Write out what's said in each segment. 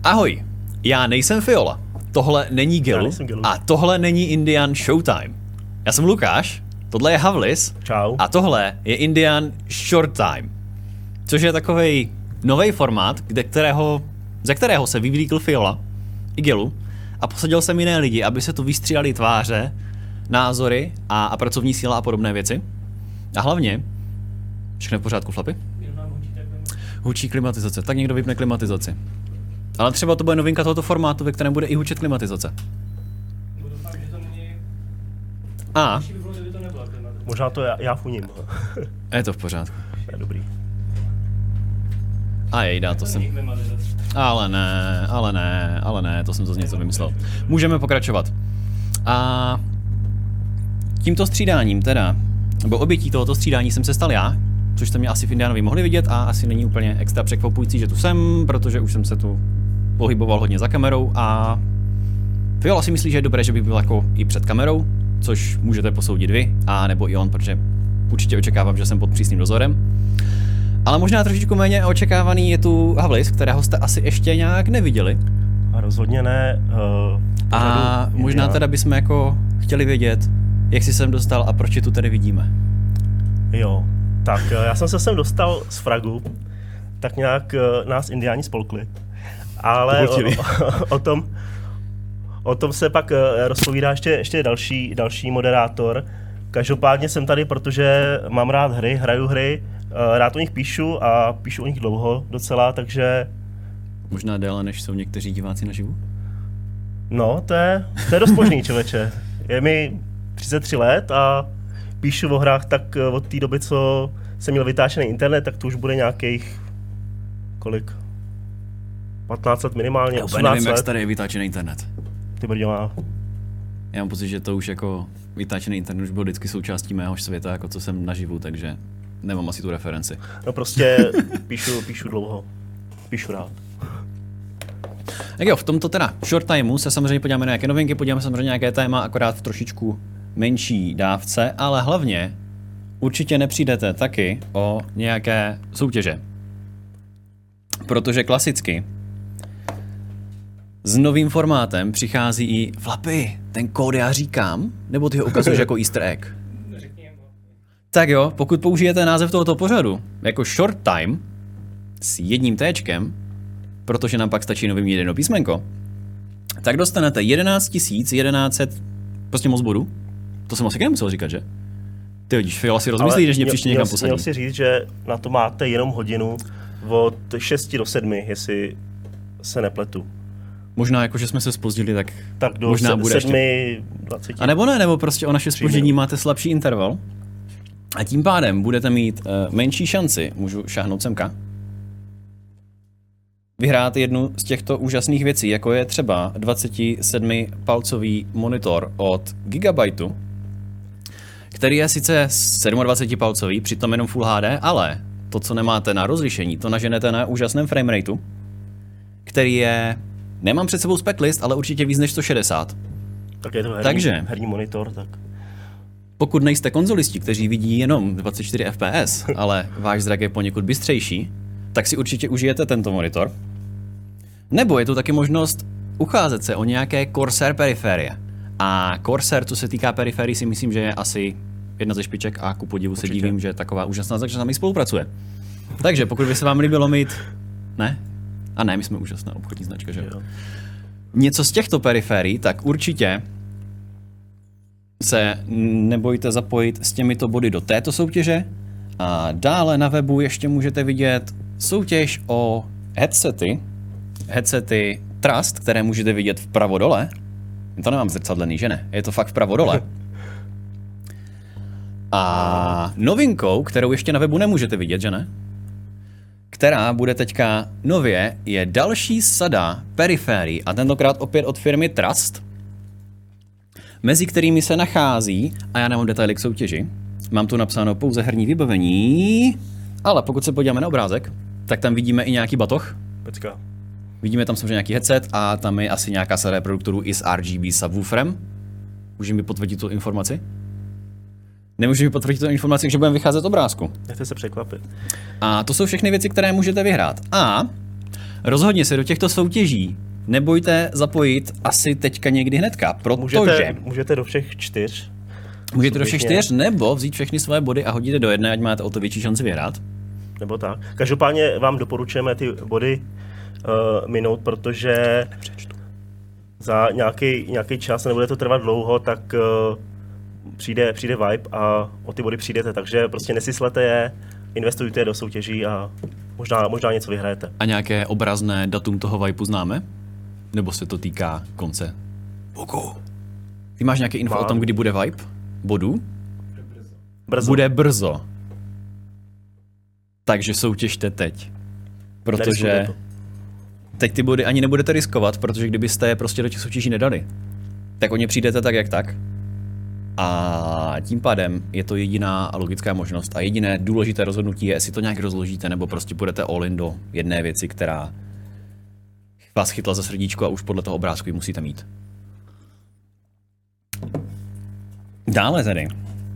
Ahoj, já nejsem Fiola, tohle není Gelu a tohle není Indian Showtime. Já jsem Lukáš, tohle je Havlis. Čau. A tohle je Indian Short Time, což je takovej nový formát, ze kterého se vyvlíkl Fiola i Gelu a posadil jsem jiné lidi, aby se tu vystřídali tváře, názory a pracovní síla a podobné věci. A hlavně, všechno v pořádku, Flapy? Hučí klimatizace, tak někdo vypne klimatizaci. Ale třeba to bude novinka tohoto formátu, ve kterém bude i hučet klimatizace. A možná to já funím. je to v pořádku. Je dobrý. A jejda, to jsem... Ale ne, to jsem zase něco vymyslel. Můžeme pokračovat. A tímto střídáním teda, nebo obětí tohoto střídání jsem se stal já, což jste mě asi v Indianovi mohli vidět a asi není úplně extra překvapující, že tu jsem, protože už jsem se tu pohyboval hodně za kamerou a Fiola si myslí, že je dobré, že bych byl jako i před kamerou, což můžete posoudit vy, a nebo i on, protože určitě očekávám, že jsem pod přísným dozorem. Ale možná trošičku méně očekávaný je tu Havlis, kterého jste asi ještě nějak neviděli. A rozhodně ne. A možná teda bychom jako chtěli vědět, jak jsi sem dostal a proč je tu tady vidíme. Jo, tak já jsem se sem dostal z Fragu, tak nějak nás Indiáni spolkli. Ale o tom se pak rozpovídá ještě další moderátor. Každopádně jsem tady, protože mám rád hry, hraju hry, rád o nich píšu a píšu o nich dlouho docela, takže... Možná déle, než jsou někteří diváci naživu? No, to je dost možný, člověče. Je mi 33 let a píšu o hrách tak od té doby, co jsem měl vytáčený internet, tak to už bude nějakých... kolik? 15 let minimálně, 18 let. Já nevím, jak starý je vytáčený internet. Ty brdělá. Já mám pocit, že to už jako vytáčený internet už byl vždycky součástí mého světa, jako co jsem naživu, takže nemám asi tu referenci. No prostě píšu dlouho. Píšu rád. Tak jo, v tomto teda short timeu se samozřejmě podíváme na nějaké novinky, podíváme samozřejmě na nějaké téma, akorát v trošičku menší dávce, ale hlavně určitě nepřijdete taky o nějaké soutěže. Protože klasicky s novým formátem přichází i Flapy, ten kód já říkám, nebo ty ho ukazuješ jako easter egg? Tak jo, pokud použijete název tohoto pořadu jako short time s jedním téčkem, protože nám pak stačí novým jedno písmenko, tak dostanete 11 1100 prostě moc bodů. To jsem asi nemusel říkat, že? Ty vidíš, Fiola si rozmyslí, když mě příště někam posadí. Měl si říct, že na to máte jenom hodinu od 6 do 7, jestli se nepletu. Možná jako, že jsme se zpozdili, tak do možná bude 7:20. A nebo ne, nebo prostě o naše zpoždění máte slabší interval. A tím pádem budete mít menší šanci, můžu šáhnout semka, vyhrát jednu z těchto úžasných věcí, jako je třeba 27-palcový monitor od Gigabyteu, který je sice 27-palcový, přitom jenom Full HD, ale to, co nemáte na rozlišení, to naženete na úžasném framerateu, který je, nemám před sebou spec list, ale určitě víc než 160. Tak je to herní monitor, tak... Pokud nejste konzolisti, kteří vidí jenom 24 fps, ale váš zrak je poněkud bystřejší, tak si určitě užijete tento monitor. Nebo je tu taky možnost ucházet se o nějaké Corsair periférie. A Corsair, co se týká periférií, si myslím, že je asi jedna ze špiček a ku podivu se divím, že taková úžasná značka s námi spolupracuje. Takže pokud by se vám líbilo mít... Ne? A ne, my jsme úžasná obchodní značka, že jo? Něco z těchto periférií, tak určitě se nebojte zapojit s těmito body do této soutěže. A dále na webu ještě můžete vidět soutěž o headsety Trust, které můžete vidět vpravo dole. To nemám zrcadlený, že ne? Je to fakt vpravo dole. A novinkou, kterou ještě na webu nemůžete vidět, že ne? Která bude teďka nově, je další sada periférií a tentokrát opět od firmy Trust, mezi kterými se nachází, a já nemám detaily k soutěži, mám tu napsáno pouze herní vybavení, ale pokud se podíváme na obrázek, tak tam vidíme i nějaký batoh. Pecka. Vidíme tam samozřejmě nějaký headset a tam je asi nějaká série reproduktorů i s RGB subwooferem. Můžeš mi potvrdit tu informaci? Nemůžeš mi potvrdit tu informaci, že budeme vycházet z obrázku. Nechte se překvapit. A to jsou všechny věci, které můžete vyhrát. A Rozhodně se do těchto soutěží nebojte zapojit asi teďka někdy hnedka, protože... Můžete do všech 4. Můžete do všech 4, nebo vzít všechny své body a hodit je do jedné, ať máte o to větší šanci vyhrát. Nebo tak. Každopádně vám doporučujeme ty body minout, protože za nějaký čas, nebude to trvat dlouho, tak přijde vibe a o ty body přijdete, takže prostě nesyslete je, investujte je do soutěží a možná něco vyhrajete. A nějaké obrazné datum toho vibe známe? Nebo se to týká konce? Boku. Ty máš nějaké info o tom, kdy bude vibe? Bodů? Bude brzo. Takže soutěžte teď. Protože teď ty body ani nebudete riskovat, protože kdybyste je prostě do těch soutěží nedali, tak o ně přijdete tak jak tak. A tím pádem je to jediná logická možnost a jediné důležité rozhodnutí je, jestli to nějak rozložíte, nebo prostě půjdete all in do jedné věci, která vás chytla za srdíčko a už podle toho obrázku ji musíte mít. Dále tedy.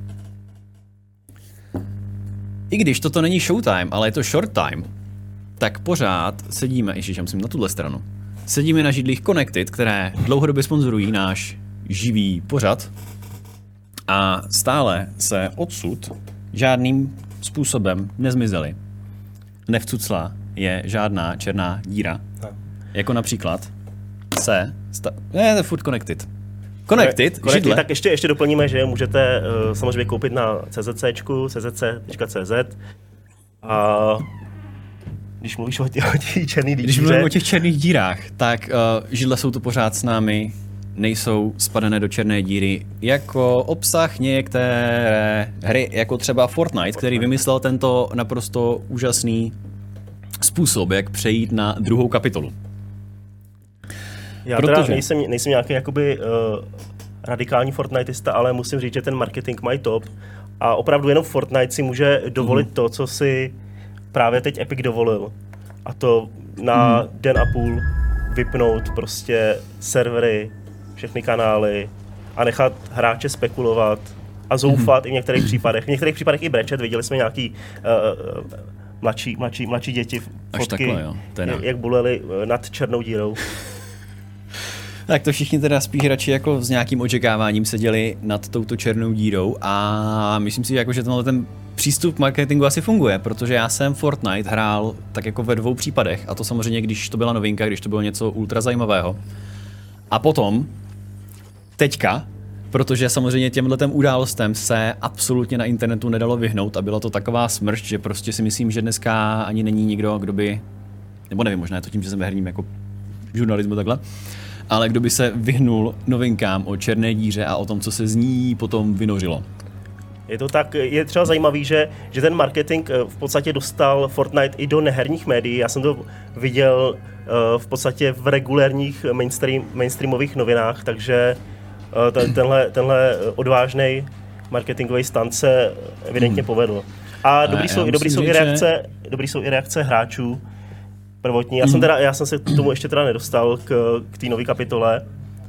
I když toto není showtime, ale je to short time, tak pořád sedíme, já musím na tuhle stranu, sedíme na židlích Connected, které dlouhodobě sponzorují náš živý pořad a stále se odsud žádným způsobem nezmizeli. Nevcucla je žádná černá díra, jako například je furt Connected. Connected, židle. Tak ještě doplníme, že můžete samozřejmě koupit na czc.cz a když mluvíš o těch černých dírách. Když mluvím o těch černých dírách, tak židle jsou tu pořád s námi, nejsou spadané do černé díry jako obsah některé hry, jako třeba Fortnite, který vymyslel tento naprosto úžasný způsob, jak přejít na druhou kapitolu. Já teda nejsem nějaký jakoby radikální Fortniteista, ale musím říct, že ten marketing mají top a opravdu jenom Fortnite si může dovolit to, co si právě teď Epic dovolil. A to na den a půl vypnout prostě servery, všechny kanály a nechat hráče spekulovat a zoufat i v některých případech. V některých případech i brečet, viděli jsme nějaký mladší děti fotky, takhle, jo. Jak buleli nad černou dírou. Tak to všichni teda spíš radši jako s nějakým očekáváním seděli nad touto černou dírou a myslím si, že tenhle ten přístup k marketingu asi funguje, protože já jsem Fortnite hrál tak jako ve 2 případech a to samozřejmě, když to byla novinka, když to bylo něco ultra zajímavého. A potom, teďka, protože samozřejmě těmhletem událostem se absolutně na internetu nedalo vyhnout a byla to taková smršť, že prostě si myslím, že dneska ani není nikdo, kdo by, nebo nevím, možná je to tím, že jsem ve herním jako žurnalismu takhle, ale kdo by se vyhnul novinkám o černé díře a o tom, co se z ní potom vynořilo. Je to tak, je třeba zajímavý, že ten marketing v podstatě dostal Fortnite i do neherních médií. Já jsem to viděl v podstatě v regulérních mainstreamových novinách, takže tenhle odvážný marketingový stunt se evidentně povedl. A dobrý jsou i reakce hráčů prvotní. Já jsem se k tomu ještě teda nedostal k té nové kapitole,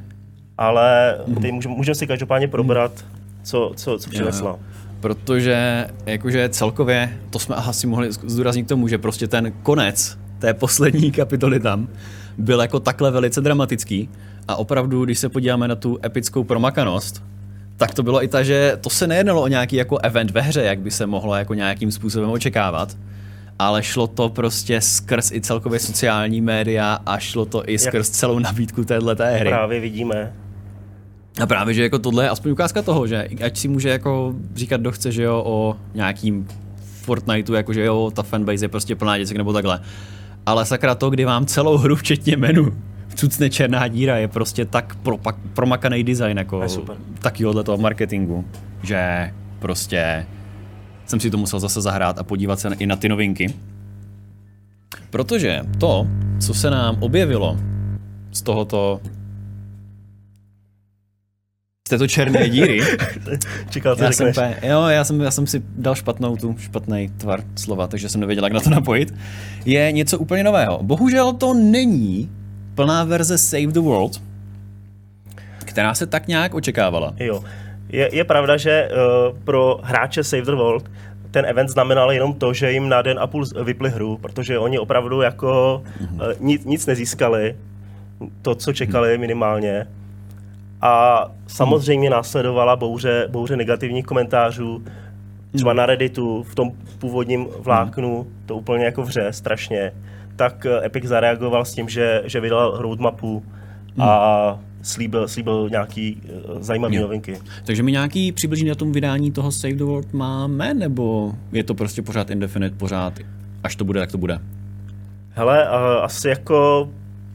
ale můžeme si každopádně probrat, co přinesla. Protože jakože celkově, to jsme asi mohli zdůraznit k tomu, že prostě ten konec té poslední kapitoly tam byl jako takhle velice dramatický a opravdu, když se podíváme na tu epickou promakanost, tak to bylo i ta, že to se nejednalo o nějaký jako event ve hře, jak by se mohlo jako nějakým způsobem očekávat, ale šlo to prostě skrz i celkově sociální média a šlo to i skrz celou nabídku téhleté hry. Právě vidíme. A právě, že jako tohle je aspoň ukázka toho, že ať si může jako říkat, kdo chce, že jo, o nějakým Fortniteu, jako že jo, ta fanbase je prostě plná děcek nebo takhle. Ale sakra to, kdy vám celou hru včetně menu vcucne černá díra, je prostě tak promakaný design jako takovýhle toho marketingu, že prostě jsem si to musel zase zahrát a podívat se i na ty novinky. Protože to, co se nám objevilo z tohoto z této černé díry. Čekal, co řekneš. Já jsem si dal špatný tvar slova, takže jsem nevěděl, jak na to napojit. Je něco úplně nového. Bohužel to není plná verze Save the World, která se tak nějak očekávala. Jo. Je pravda, že pro hráče Save the World ten event znamenal jenom to, že jim na den a půl vypli hru, protože oni opravdu jako nic nezískali, to, co čekali minimálně. A samozřejmě následovala bouře negativních komentářů, třeba na Redditu, v tom původním vláknu, to úplně jako vře strašně. Tak Epic zareagoval s tím, že vydal roadmapu a slíbil nějaký zajímavý novinky. Takže my nějaký přibližný datum vydání toho Save the World máme, nebo je to prostě pořád indefinite, pořád, až to bude, tak to bude? Hele, asi jako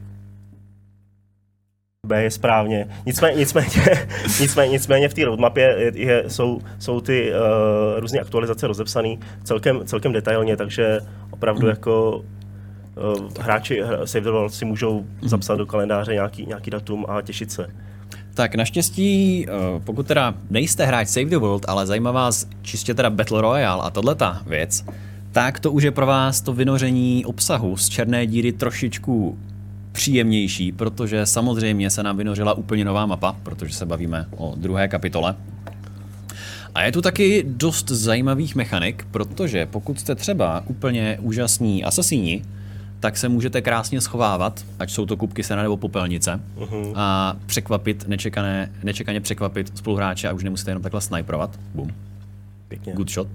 B je správně. Nicméně v té roadmapě jsou ty různé aktualizace rozepsané celkem detailně, takže opravdu jako hráči Save the World si můžou zapsat do kalendáře nějaký datum a těšit se. Tak naštěstí, pokud teda nejste hráč Save the World, ale zajímá vás čistě teda Battle Royale a tahleta věc, tak to už je pro vás to vynoření obsahu z černé díry trošičku příjemnější, protože samozřejmě se nám vynořila úplně nová mapa, protože se bavíme o 2. kapitole. A je tu taky dost zajímavých mechanik, protože pokud jste třeba úplně úžasní asasíni, tak se můžete krásně schovávat, ať jsou to kubky sena nebo popelnice, a překvapit, nečekaně překvapit spoluhráče a už nemusíte jenom takhle sniperovat. Boom. Pěkně. Good shot.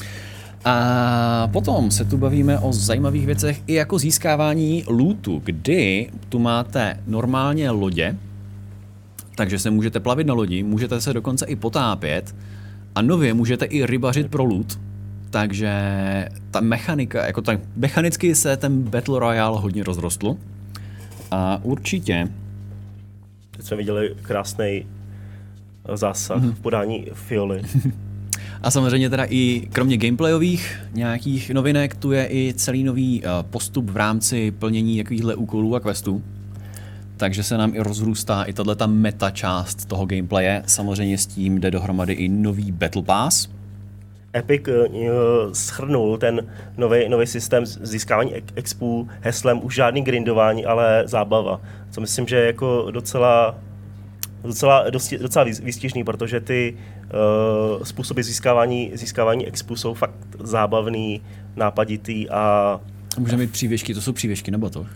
A potom se tu bavíme o zajímavých věcech i jako získávání lootu, kdy tu máte normálně lodě, takže se můžete plavit na lodi, můžete se dokonce i potápět a nově můžete i rybařit pro loot, takže ta mechanika, jako tak mechanicky se ten Battle Royale hodně rozrostl a určitě... Teď jsme viděli krásný zásah v podání Fioly. A samozřejmě teda i kromě gameplayových nějakých novinek, tu je i celý nový postup v rámci plnění jakýchhle úkolů a questů. Takže se nám i rozrůstá i tato meta část toho gameplaye. Samozřejmě s tím jde dohromady i nový Battle Pass. Epic shrnul ten nový systém získávání expů heslem už žádný grindování, ale zábava. Co myslím, že je jako docela výstižný, protože ty způsoby získávání expů jsou fakt zábavný, nápaditý a... Můžeme mít přívěšky, to jsou přívěšky nebo to?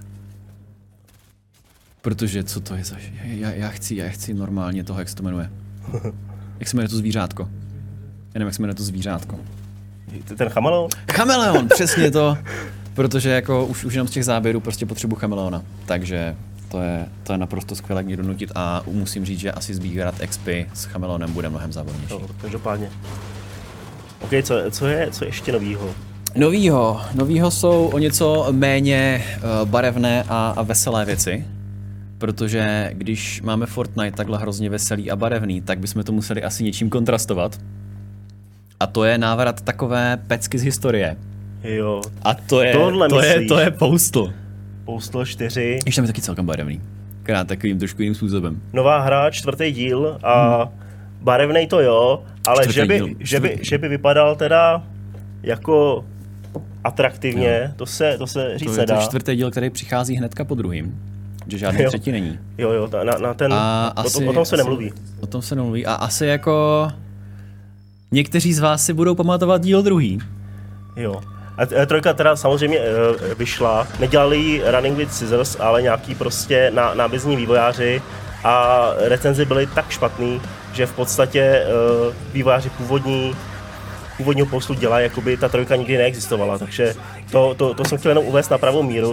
Protože co to je za... Já chci normálně toho, jak se to jmenuje. Jak se jmenuje to zvířátko? Já nevím, jak se jmenuje to zvířátko. Ten chameleon? Chameleon, přesně to. Protože jako už jenom z těch záběrů prostě potřebuji chameleona. Takže to je naprosto skvělé, jak mě donutit a musím říct, že asi sbírat expy s chameleonem bude mnohem zábavnější. No, každopádně. OK, co je ještě novýho? Novýho jsou o něco méně barevné a veselé věci. Protože když máme Fortnite takhle hrozně veselý a barevný, tak bychom to museli asi něčím kontrastovat. A to je návrat takové pecky z historie. Jo. A to je Postal. Postal 4. Ještě tam je taky celkem barevný. Krát takovým trošku jiným způsobem. Nová hra, 4. díl a barevnej to jo, ale že by vypadal teda jako atraktivně, jo. To se říct nedá. To je 4. díl, který přichází hnedka po druhým. Že žádný třetí není. Jo, na ten, o tom se nemluví. O tom se nemluví a asi jako někteří z vás si budou pamatovat díl druhý. Jo. A 3 teda samozřejmě vyšla, nedělali ji Running with Scissors, ale nějaký prostě nábězní vývojáři a recenze byly tak špatný, že v podstatě vývojáři původního Postalu dělají, jakoby ta 3 nikdy neexistovala, takže to jsem chtěl jenom uvést na pravou míru.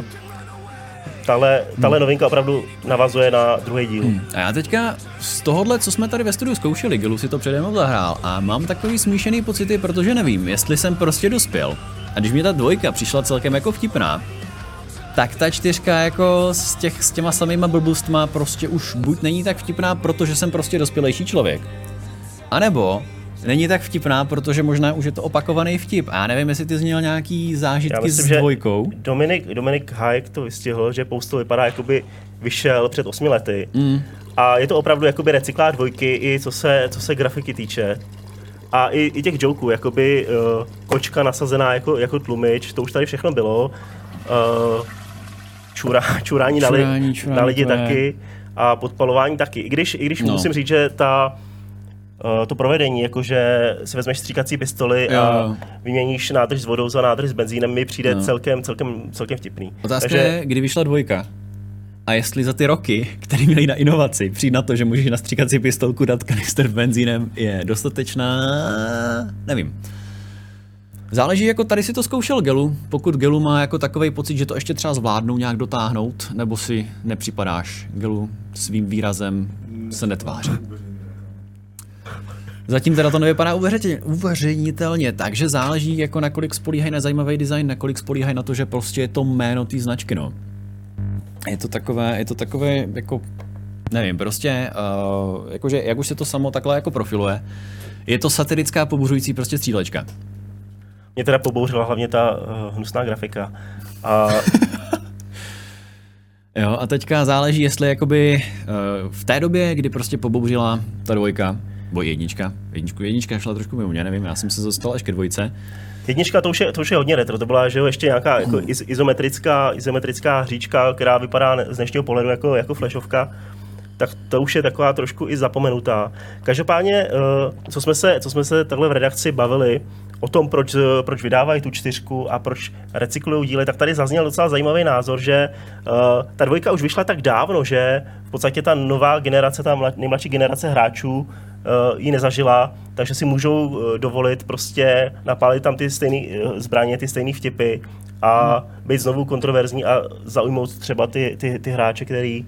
Tahle novinka opravdu navazuje na druhý díl. A já teďka z tohohle, co jsme tady ve studiu zkoušeli, Gilu si to přede mnou zahrál a mám takový smíšený pocity, protože nevím, jestli jsem prostě dospěl. A když mě ta 2 přišla celkem jako vtipná, tak ta 4 jako s těma samýma blbostma prostě už buď není tak vtipná, protože jsem prostě dospělejší člověk. A nebo není tak vtipná, protože možná už je to opakovaný vtip. A já nevím, jestli ty zněl nějaký zážitky s 2. Dominik Hayek to vystihl, že Postal vypadá, jakoby vyšel před 8 lety. A je to opravdu jakoby recyklář 2, i co se grafiky týče. A i těch joků, jakoby kočka nasazená jako tlumič, to už tady všechno bylo. Čurání na lidi taky a podpalování taky. I když musím říct, že ta to provedení, jakože si vezmeš stříkací pistoli a vyměníš nádrž s vodou za nádrž s benzínem, mi přijde celkem vtipný. Otázka je, kdy vyšla 2 a jestli za ty roky, které měli na inovaci, přijít na to, že můžeš na stříkací pistolku dát kanister s benzínem, je dostatečná, nevím. Záleží, jako tady si to zkoušel Gelu, pokud Gelu má jako takovej pocit, že to ještě třeba zvládnou nějak dotáhnout, nebo si nepřipadáš. Gelu svým výrazem se netváří. Zatím teda to nevypadá uveřejnitelně, takže záleží, jako nakolik spolíhají na zajímavý design, nakolik spolíhají na to, že prostě je to jméno té značky, no. Je to takové, jako, nevím, prostě, jakože, jak už se to samo takhle jako profiluje, je to satirická pobuřující prostě střílečka. Mě teda pobouřila hlavně ta hnusná grafika. A... Jo, a teďka záleží, jestli jakoby v té době, kdy prostě pobouřila ta 2, nebo jednička šla trošku mimo mě, nevím, já jsem se dostal až ke 2. Jednička to už je hodně retro, to byla, že jo, ještě nějaká jako izometrická hříčka, která vypadá z dnešního pohledu jako flashovka. Tak to už je taková trošku i zapomenutá. Každopádně, co jsme se takhle v redakci bavili o tom, proč vydávají tu 4 a proč recyklují díly, tak tady zazněl docela zajímavý názor, že ta 2 už vyšla tak dávno, že v podstatě ta nová generace, ta nejmladší generace hráčů ji nezažila, takže si můžou dovolit prostě napálit tam ty stejné zbraně, ty stejné vtipy a být znovu kontroverzní a zaujmout třeba ty hráče, který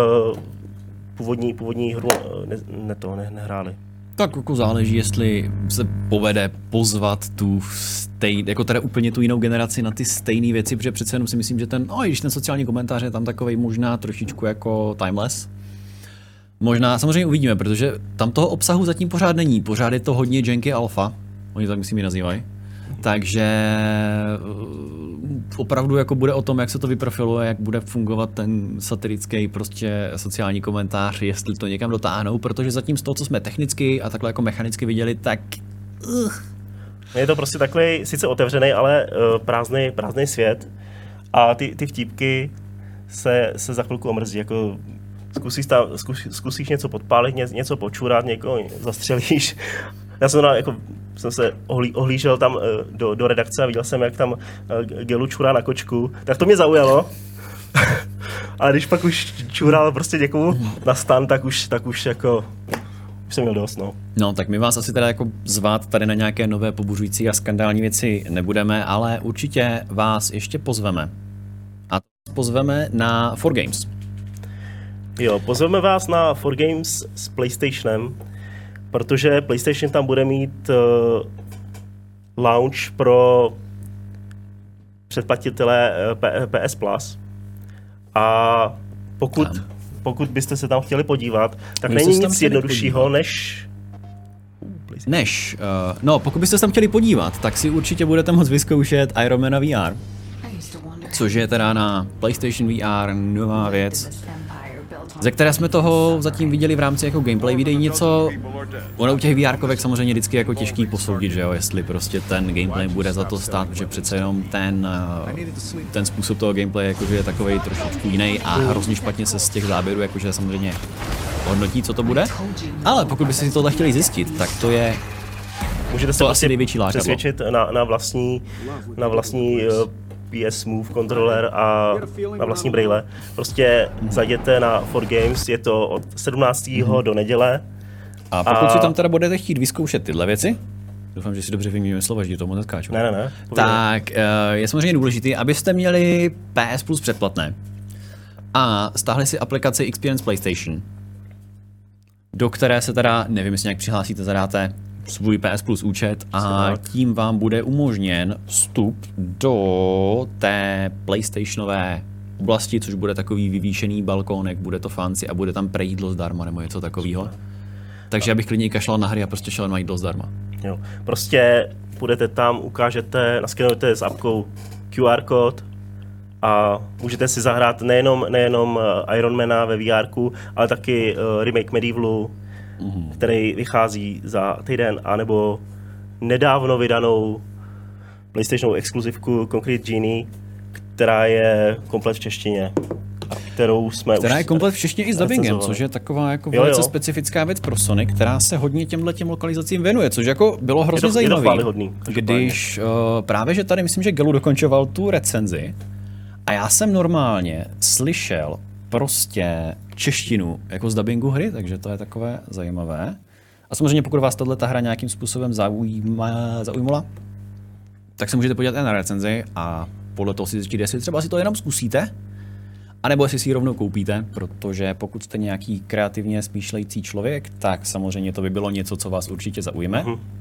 původní hru nehráli. Tak jako záleží, jestli se povede pozvat tu jako teda úplně tu jinou generaci na ty stejné věci, protože přece jenom si myslím, že když ten sociální komentář je tam takovej možná trošičku jako timeless. Možná, samozřejmě uvidíme, protože tam toho obsahu zatím pořád není, pořád je to hodně janky alfa, oni to tak myslím ji nazývají. Takže opravdu jako bude o tom, jak se to vyprofiluje, jak bude fungovat ten satirický prostě sociální komentář, jestli to někam dotáhnou, protože zatím z toho, co jsme technicky a takhle jako mechanicky viděli, tak... Je to prostě takový sice otevřený, ale prázdný svět a ty vtípky se za chvilku omrzí, jako zkusíš něco podpálit, něco počurat, někoho zastřelíš. Já jsem se ohlížel tam do redakce a viděl jsem, jak tam Gelu čurá na kočku, tak to mě zaujalo. Ale když pak už čural prostě někomu na stan, tak už jako už jsem měl dost, no. No, tak my vás asi teda jako zvát tady na nějaké nové pobuřující a skandální věci nebudeme, ale určitě vás ještě pozveme. A pozveme na 4Games. Jo, pozveme vás na 4Games s PlayStationem, protože PlayStation tam bude mít launch pro předplatitele PS Plus. A pokud byste se tam chtěli podívat, tak není nic jednoduššího pokud byste se tam chtěli podívat, tak si určitě budete moct vyzkoušet Ironmana VR, což je teda na PlayStation VR nová věc, ze které jsme toho zatím viděli v rámci jako gameplay videí něco. Ono u těch VR-kovek samozřejmě vždycky jako těžký posoudit, že jo, jestli prostě ten gameplay bude za to stát, protože přece jenom ten způsob toho gameplay jakože je takovej trošičku jiný a hrozně špatně se z těch záběrů jakože samozřejmě hodnotí, co to bude. Ale pokud byste si tohle chtěli zjistit, tak to je můžete se asi největší lákadlo. Přesvědčit na vlastní PS Move kontroler a na vlastní brejle. Prostě zajděte na 4Games, je to od 17. do neděle. A pokud si tam teda budete chtít vyzkoušet tyhle věci, doufám, že si dobře vymývím slova, že tomu neskáču. Ne. Tak je samozřejmě důležité, abyste měli PS Plus předplatné a stáhli si aplikaci Experience PlayStation, do které se teda, nevím, jestli nějak přihlásíte, zadáte svůj PS Plus účet a tím vám bude umožněn vstup do té PlayStationové oblasti, což bude takový vyvýšený balkónek, bude to fancy a bude tam jídlo zdarma nebo něco takového. Takže já bych klidně kašlal na hry a prostě šel na jídlo zdarma. Jo, prostě půjdete tam, ukážete, naskenujete s apkou QR kód a můžete si zahrát nejenom Ironmana ve VRku, ale taky remake Medievalu, který vychází za týden, anebo nedávno vydanou PlayStationovou exkluzivku Concrete Genie, která je komplet v češtině. která je komplet v češtině i s dubbingem, což je taková jako velice specifická věc pro Sony, která se hodně těm lokalizacím věnuje, což jako bylo hrozně zajímavé. Když právě, že tady myslím, že Gelu dokončoval tu recenzi a já jsem normálně slyšel prostě češtinu jako z dubbingu hry, takže to je takové zajímavé. A samozřejmě pokud vás tato hra nějakým způsobem zaujmula, tak se můžete podívat i na recenzi a podle toho si zjistit, jestli třeba si to jenom zkusíte, anebo jestli si ji rovnou koupíte, protože pokud jste nějaký kreativně smýšlející člověk, tak samozřejmě to by bylo něco, co vás určitě zaujme.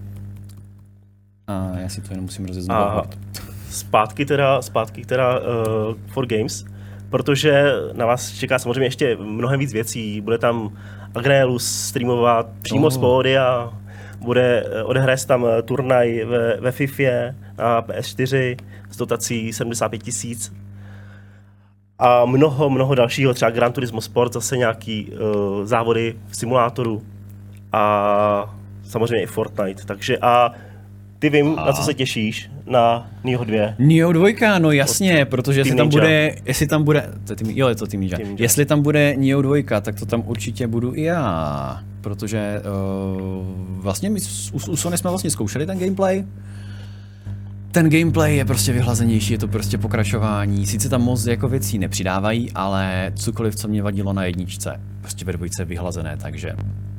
A já si to jenom musím rozeznávat. Zpátky teda For Games, protože na vás čeká samozřejmě ještě mnohem víc věcí. Bude tam Agneelus streamovat přímo z pódia, odehraje se tam turnaj ve FIFA na PS4 s dotací 75 000 a mnoho dalšího, třeba Gran Turismo Sport, zase nějaký závody v simulátoru a samozřejmě i Fortnite, takže a ty vím, na co se těšíš, na Nioh 2. Nioh 2, no jasně, protože jestli tam bude, je to Team Ninja. Jestli tam bude Nioh 2, tak to tam určitě budu i já, protože vlastně my u Sony jsme vlastně zkoušeli ten gameplay. Ten gameplay je prostě vyhlazenější, je to prostě pokračování, sice tam moc jako věcí nepřidávají, ale cokoliv, co mě vadilo na jedničce, prostě ve dvojce je vyhlazené, takže...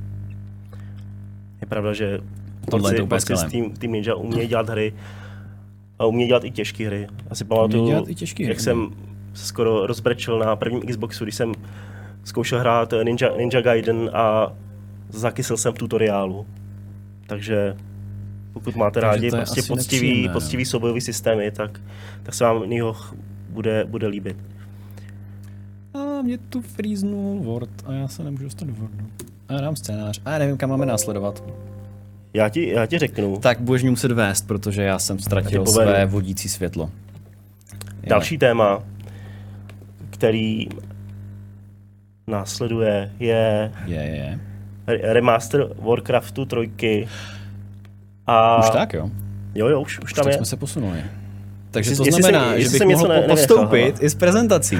Je pravda, že tohle je to úplně skvělé. Team Ninja umějí dělat hry a umějí dělat i těžké hry. Asi pamatuju, jak jsem skoro rozbrečel na prvním Xboxu, když jsem zkoušel hrát Ninja Gaiden a zakysil jsem v tutoriálu. Takže pokud máte rádi prostě poctivý soubojový systémy, tak se vám Nioh bude líbit. A mě tu freeznul Word a já se nemůžu dostat do Wordu. A já dám scénář a já nevím, kam máme následovat. Já ti řeknu. Tak budeš mě muset vést, protože já jsem ztratil své vodící světlo. Další téma, který následuje, je remaster Warcraftu 3. A už tak, jo? Jo, už tam tak je. jsme se posunuli. Takže to znamená, že bych mohl postoupit i s prezentací.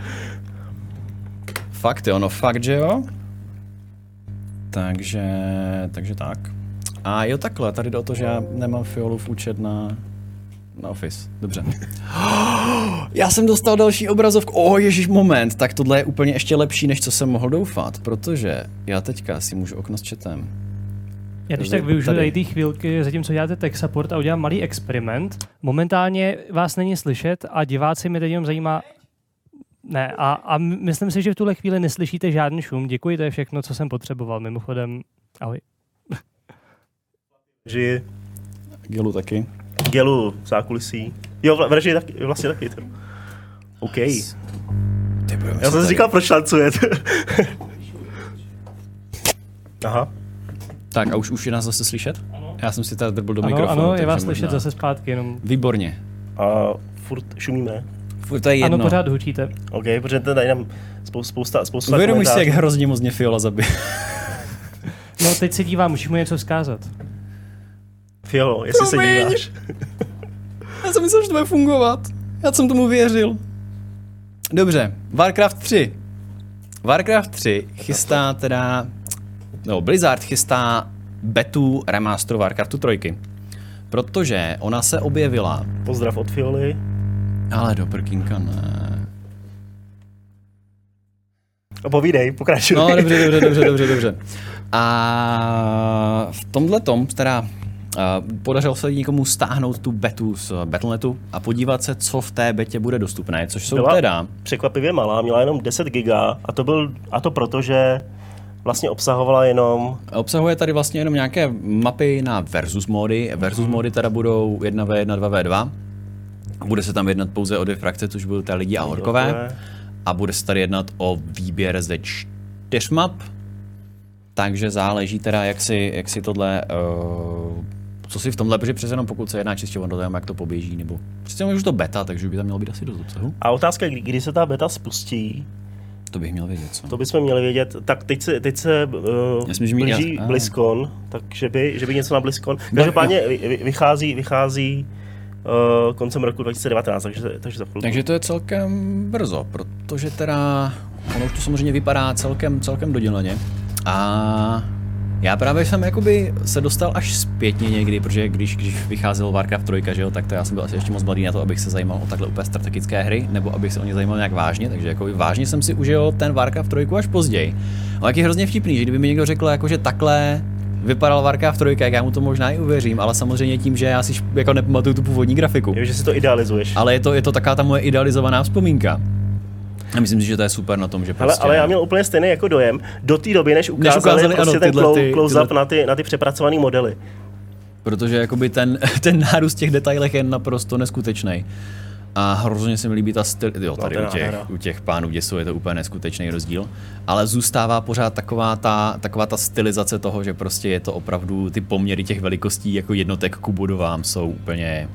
Fakt jo, no fakt, že jo? Takže tak. A jo takhle, tady jde o to, že já nemám Fiolův účet na Office. Dobře. Já jsem dostal další obrazovku. Ježíš, moment. Tak tohle je úplně ještě lepší, než co jsem mohl doufat, protože já teďka si můžu okno s chatem. Já když tak využiju tady té chvílky, zatímco děláte tech support a udělám malý experiment. Momentálně vás není slyšet a diváci mi teď jenom zajímá. Ne, a myslím si, že v tuhle chvíli neslyšíte žádný šum. Děkuji, to je všechno, co jsem potřeboval. Mimochodem, ahoj. Žiji. Gelu taky. Gelu zákulisí. Jo, v režii vlastně taky. OK. Já jsem si říkal, proč tancuje. Aha. Tak a už je nás zase slyšet? Já jsem si tady drbil do mikrofonu. Ano, je vás slyšet zase zpátky jenom. Výborně. A furt šumíme. Furt to je jedno. Ano, pořád hučíte. OK, protože tady nám spousta uvědomíš si, jak hrozně moc mě Fiola zabije. No teď se dívám, musíš mu něco vzkázat. Fiolo, jestli se díváš. Já jsem myslel, že to bude fungovat. Já jsem tomu věřil. Dobře, Warcraft 3. Warcraft 3 chystá teda... No, Blizzard chystá betu remasteru Warcraftu 3. Protože ona se objevila... Pozdrav od Fioly. Ale do prkínka ne. A povídej, pokračuj. No, dobře. A v tomhletom teda podařilo se někomu stáhnout tu betu z Battle.netu a podívat se, co v té betě bude dostupné, což jsou teda... Překvapivě malá, měla jenom 10 giga a to proto, že vlastně obsahovala jenom... Obsahuje tady vlastně jenom nějaké mapy na versus módy. Versus módy teda budou 1v1, 2v2. Bude se tam jednat pouze o 2 frakce, což budou ty lidi a orkové. A bude se tady jednat o výběr ze 4 map. Takže záleží teda, jak si tohle... co si v tomhle, protože přece jenom pokud se jedná čistě o to, jak to poběží, nebo... Přece jenom už to beta, takže by tam mělo být asi dost obsahu. A otázka, kdy se ta beta spustí? To bych měl vědět, co? To bychom měli vědět. Tak teď se blíží BlizzCon, takže by něco na BlizzCon. Každopádně vychází koncem roku 2019, takže za chvilku. Takže to je celkem brzo, protože teda ono už to samozřejmě vypadá celkem dodělaně. A já právě jsem jakoby se dostal až zpětně někdy, protože když vycházel Warcraft 3, že jo, tak to já jsem byl asi ještě moc mladý na to, abych se zajímal o takhle úplně strategické hry, nebo abych se o ně zajímal nějak vážně, takže jakoby vážně jsem si užil ten Warcraft 3 až později. Ale jak je hrozně vtipný, že kdyby mi někdo řekl, jako, že takhle vypadal Warcraft 3, jak já mu to možná i uvěřím, ale samozřejmě tím, že já si jako nepamatuju tu původní grafiku. Je, že si to idealizuješ. Ale je to taková ta moje idealizovaná vzpomínka. A myslím si, že to je super na tom, že prostě... Ale já měl úplně stejný jako dojem do té doby, než ukázali prostě ten close-up na ty přepracované modely. Protože jakoby ten nárůst těch detailech je naprosto neskutečný. A hrozně se mi líbí ta styl... Jo, tady u těch pánů děsů je to úplně neskutečný rozdíl. Ale zůstává pořád taková ta stylizace toho, že prostě je to opravdu ty poměry těch velikostí jako jednotek ku budovám jsou úplně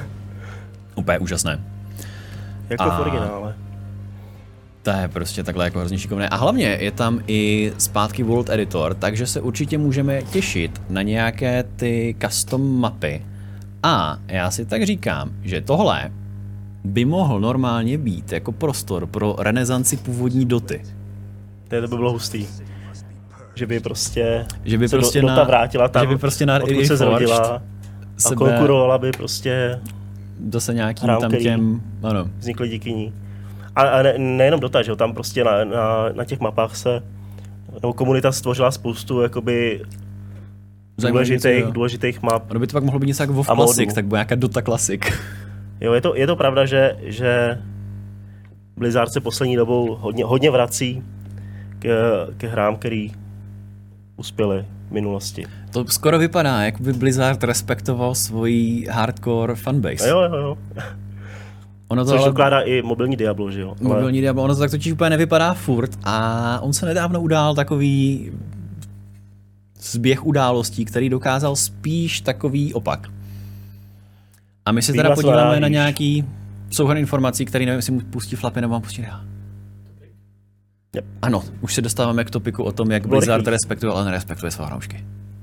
úžasné. Jako v originále. To je prostě takhle jako hrozně šikovné. A hlavně je tam i zpátky World Editor, takže se určitě můžeme těšit na nějaké ty custom mapy. A já si tak říkám, že tohle by mohl normálně být jako prostor pro renesanci původní Doty. To by bylo hustý. Že by prostě Dota vrátila tam, že by prostě na odkud se zrodila a konkurovala by prostě zase nějakým tam těm, ano. Vznikly díky ní. A nejenom Dota, že jo, tam prostě na těch mapách nebo komunita stvořila spoustu jakoby důležitých map. Ono by to pak mohlo být něco jako WoW Classic, tak bude nějaká Dota Classic. Jo, je to pravda, že Blizzard se poslední dobou hodně vrací ke hrám, který uspěly v minulosti. To skoro vypadá, jak by Blizzard respektoval svoji hardcore fanbase. Jo. Což dokládá i mobilní Diablo, že jo? Mobilní Diablo, ono to tak totiž úplně nevypadá furt a on se nedávno udál takový zběh událostí, který dokázal spíš takový opak. A my se teda podíváme na nějaký souhrn informací, který nevím, jestli mu pustí Flapy nebo mám pustit já. Yep. Ano, už se dostáváme k topiku o tom, jak Blizzard respektuje, ale nerespektuje své fanoušky.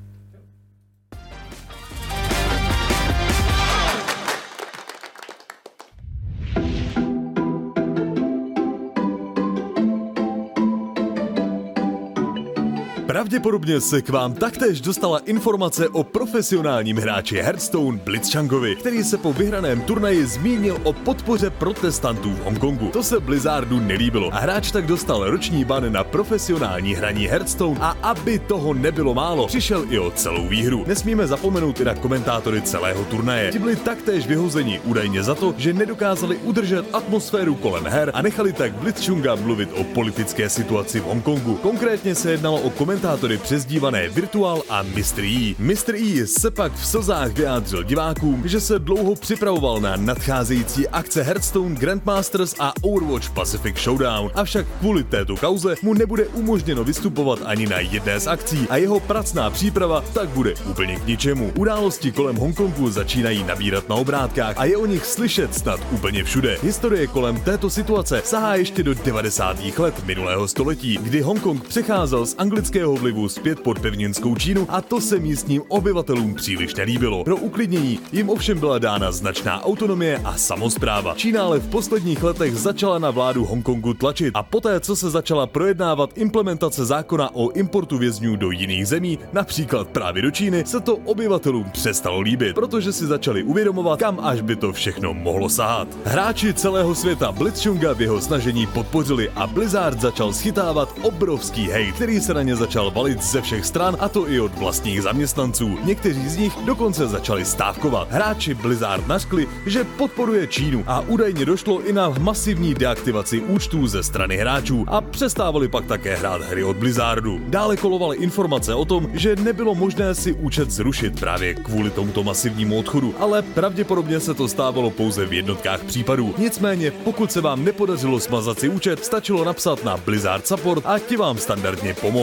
Pravděpodobně se k vám taktéž dostala informace o profesionálním hráči Hearthstone Blitzchungovi, který se po vyhraném turnaji zmínil o podpoře protestantů v Hongkongu. To se Blizzardu nelíbilo a hráč tak dostal roční ban na profesionální hraní Hearthstone a aby toho nebylo málo, přišel i o celou výhru. Nesmíme zapomenout i na komentátory celého turnaje. Ti byli taktéž vyhozeni údajně za to, že nedokázali udržet atmosféru kolem her a nechali tak Blitzchunga mluvit o politické situaci v Hongkongu. Konkrétně se jednalo o komentátory přezdívané Virtual a Mr. E. Mr. E se pak v slzách vyjádřil divákům, že se dlouho připravoval na nadcházející akce Hearthstone Grandmasters a Overwatch Pacific Showdown, avšak kvůli této kauze mu nebude umožněno vystupovat ani na jedné z akcí a jeho pracná příprava tak bude úplně k ničemu. Události kolem Hongkongu začínají nabírat na obrátkách a je o nich slyšet snad úplně všude. Historie kolem této situace sahá ještě do 90. let minulého století, kdy Hongkong přecházel z anglického vlivu zpět pod pevninskou Čínu a to se místním obyvatelům příliš nelíbilo. Pro uklidnění jim ovšem byla dána značná autonomie a samospráva. Čína ale v posledních letech začala na vládu Hongkongu tlačit a poté, co se začala projednávat implementace zákona o importu vězňů do jiných zemí, například právě do Číny, se to obyvatelům přestalo líbit, protože si začali uvědomovat, kam až by to všechno mohlo sahat. Hráči celého světa Blitzchunga v jeho snažení podpořili a Blizzard začal schytávat obrovský hejt, který se na ně začal valit ze všech stran, a to i od vlastních zaměstnanců. Někteří z nich dokonce začali stávkovat. Hráči Blizzard nařkli, že podporuje Čínu a údajně došlo i na masivní deaktivaci účtů ze strany hráčů a přestávali pak také hrát hry od Blizzardu. Dále kolovaly informace o tom, že nebylo možné si účet zrušit právě kvůli tomuto masivnímu odchodu, ale pravděpodobně se to stávalo pouze v jednotkách případů. Nicméně, pokud se vám nepodařilo smazat si účet, stačilo napsat na Blizzard Support a ti vám standardně pomohli. A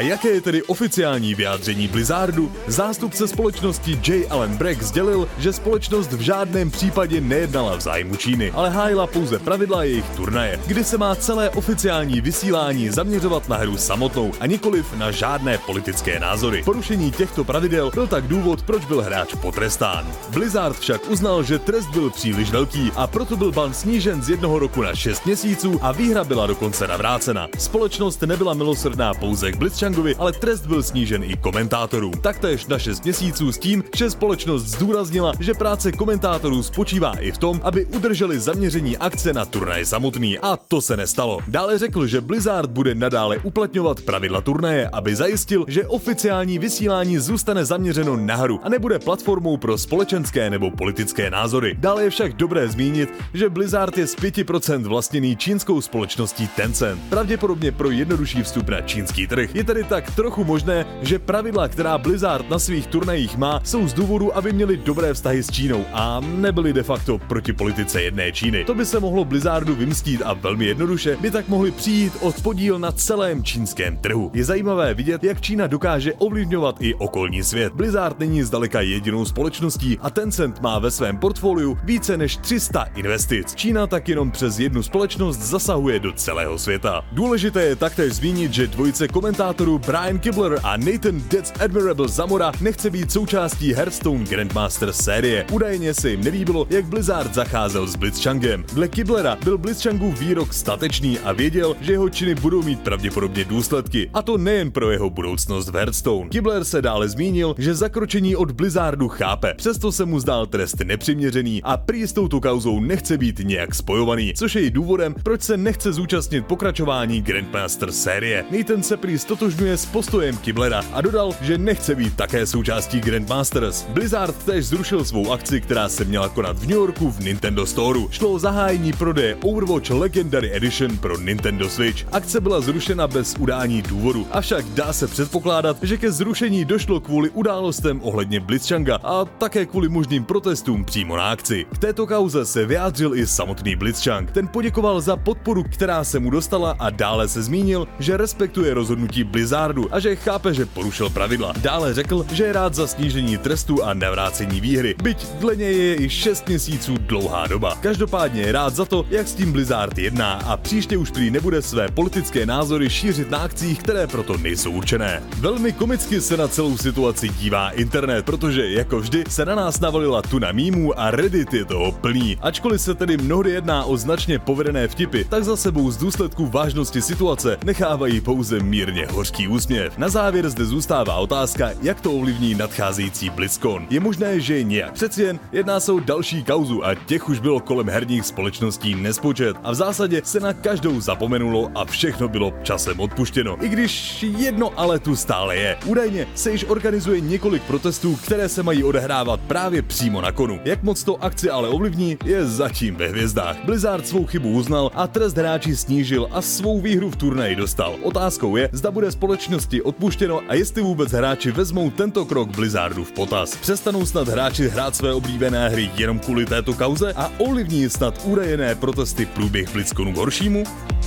jaké je tedy oficiální vyjádření Blizzardu? Zástupce společnosti J. Allen Brack sdělil, že společnost v žádném případě nejednala v zájmu Číny, ale hájila pouze pravidla jejich turnaje, kdy se má celé oficiální vysílání zaměřovat na hru samotnou a nikoliv na žádné politické názory. Porušení těchto pravidel byl tak důvod, proč byl hráč potrestán. Blizzard však uznal, že trest byl příliš velký a proto byl ban snížen z 1 roku na 6 měsíců a výhra byla dokonce navrácena. Společnost nebyla milosrdná pouze k Blitzchangovi, ale trest byl snížen i komentátorům. Taktéž na 6 měsíců s tím, že společnost zdůraznila, že práce komentátorů spočívá i v tom, aby udrželi zaměření akce na turnaj samotný, a to se nestalo. Dále řekl, že Blizzard bude nadále uplatňovat pravidla turnaje, aby zajistil, že oficiální vysílání zůstane zaměřeno na hru a nebude platformou pro společenské nebo politické názory. Dále je však dobré zmínit, že Blizzard je z 5% vlastněný čínskou společností Tencent. Pravděpodobně pro jednodušší vstup na čínský trh. Je tedy tak trochu možné, že pravidla, která Blizzard na svých turnajích má, jsou z důvodu, aby měli dobré vztahy s Čínou a nebyli de facto proti politice jedné Číny. To by se mohlo Blizzardu vymstít a velmi jednoduše by tak mohli přijít o podíl na celém čínském trhu. Je zajímavé vidět, jak Čína dokáže ovlivňovat i okolní svět. Blizzard není zdaleka jedinou společností a Tencent má ve svém portfoliu více než 300 investic. Čína tak jenom přes jednu společnost zasahuje do celého světa. Důležité je taktéž zmínit, že dvojice komentátorů Brian Kibler a Nathan That's Admirable Zamora nechce být součástí Hearthstone Grandmasters série. Údajně se jim nelíbilo, jak Blizzard zacházel s Blitzchangem. Dle Kiblera byl Blitzchangův výrok statečný a věděl, že jeho činy budou mít pravděpodobně důsledky. A to nejen pro jeho budoucnost v Hearthstone. Kibler se dále zmínil, že zakročení od Blizzardu chápe, přesto se mu zdál trest nepřiměřený a prý s touto kauzou nechce být nějak spojovaný, což je i důvodem, proč se nechce zúčastnit pokračování Grandmasters série. Nathan se prý stotožňuje s postojem Kiblera a dodal, že nechce být také součástí Grandmasters. Blizzard též zrušil svou akci, která se měla konat v New Yorku v Nintendo Storeu. Šlo o zahájení prodeje Overwatch Legendary Edition pro Nintendo Switch. Akce byla zrušena bez udání důvodu, avšak dá se předpokládat, že ke zrušení došlo kvůli událostem ohledně Blitzchanga a také kvůli možným protestům přímo na akci. K této kauze se vyjádřil i samotný Blitzchang. Ten poděkoval za podporu, která se mu dostala, a dále se zmínil, že respektuje rozhodnutí Blizzardu a že chápe, že porušil pravidla. Dále řekl, že je rád za snížení trestu a navrácení výhry, byť dle něj je i 6 měsíců dlouhá doba. Každopádně je rád za to, jak s tím Blizzard jedná, a příště už prý nebude své politické názory šířit na akcích, které proto nejsou určené. Velmi komicky se na celou situaci dívá internet, protože jako vždy se na nás navalila tuna mýmů a Reddit je toho plný. Ačkoliv se tedy mnohdy jedná o značně povedené vtipy, tak za sebou z důsledků vážnosti situace nechávají pouze mírně hořký úsměv. Na závěr zde zůstává otázka, jak to ovlivní nadcházející BlizzCon. Je možné, že nějak. Přeci jen jedná se o další kauzu a těch už bylo kolem herních společností nespočet a v zásadě se na každou zapomenulo a všechno bylo časem odpuštěno. I když jedno ale tu stále je. Údajně se již organizuje několik protestů, které se mají odehrávat právě přímo na konu. Jak moc to akci ale ovlivní, je zatím ve hvězdách. Blizzard svou chybu uznal a trest hráči snížil a svou výhru v turnaji dostal. Otázkou je, zda bude společnosti odpuštěno a jestli vůbec hráči vezmou tento krok Blizzardu v potaz. Přestanou snad hráči hrát své oblíbené hry jenom kvůli této kauze a ovlivní snad údajné protesty průběh BlizzConu k horšímu?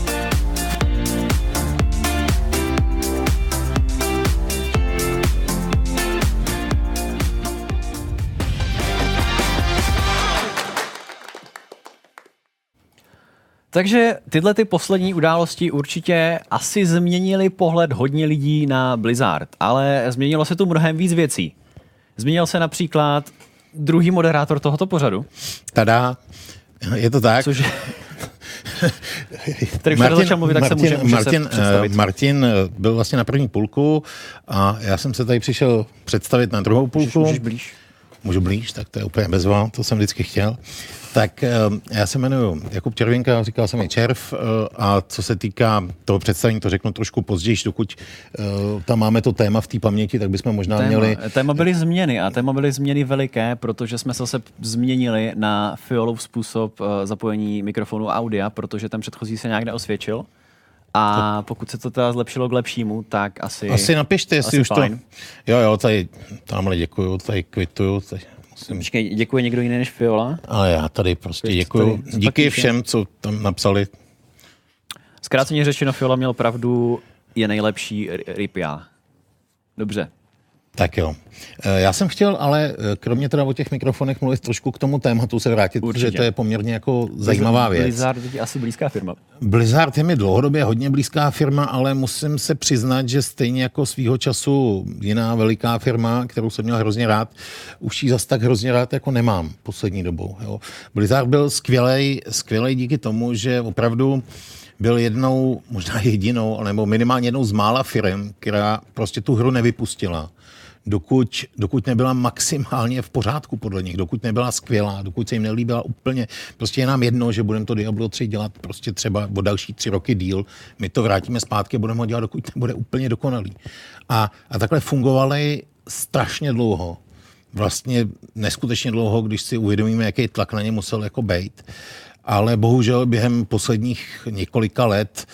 Takže tyhle ty poslední události určitě asi změnily pohled hodně lidí na Blizzard, ale změnilo se tu mnohem víc věcí. Změnil se například druhý moderátor tohoto pořadu. Tada, je to tak. Což který už začal mluvit, tak se může se představit. Martin byl vlastně na první půlku a já jsem se tady přišel představit na druhou půlku. Můžeš blíž. Můžu blíž, tak to je úplně bezva, to jsem vždycky chtěl. Tak já se jmenuji Jakub Červinka, říkal jsem i Červ, a co se týká toho představení, to řeknu trošku později, dokud tam máme to téma v té paměti, tak bychom možná měli... Téma byly změny a téma byly změny veliké, protože jsme se změnili na Fiolův způsob zapojení mikrofonu a audia, protože ten předchozí se nějak neosvědčil. A pokud se to teda zlepšilo k lepšímu, tak asi napište, jestli už fajn. To... Jo, tady tamhle děkuju, tady kvituju, tady musím... Počkej, děkuje někdo jiný než Fiola? Ale já tady prostě děkuju. Díky všem, co tam napsali. Zkráceně řečeno, Fiola měl pravdu je nejlepší Ripia. Dobře. Tak jo. Já jsem chtěl ale kromě teda o těch mikrofonech mluvit trošku k tomu tématu se vrátit, protože to je poměrně jako zajímavá věc. Blizzard je asi blízká firma. Blizzard je mi dlouhodobě hodně blízká firma, ale musím se přiznat, že stejně jako svýho času jiná veliká firma, kterou jsem měl hrozně rád, už ji zas tak hrozně rád jako nemám poslední dobou. Jo. Blizzard byl skvělej díky tomu, že opravdu byl jednou, možná jedinou, nebo minimálně jednou z mála firm, která prostě tu hru nevypustila. Dokud nebyla maximálně v pořádku podle nich, dokud nebyla skvělá, dokud se jim nelíbila úplně, prostě je nám jedno, že budeme to Diablo 3 dělat prostě třeba o další 3 roky díl, my to vrátíme zpátky a budeme ho dělat, dokud nebude úplně dokonalý. A takhle fungovaly strašně dlouho. Vlastně neskutečně dlouho, když si uvědomíme, jaký tlak na ně musel jako bejt. Ale bohužel během posledních několika let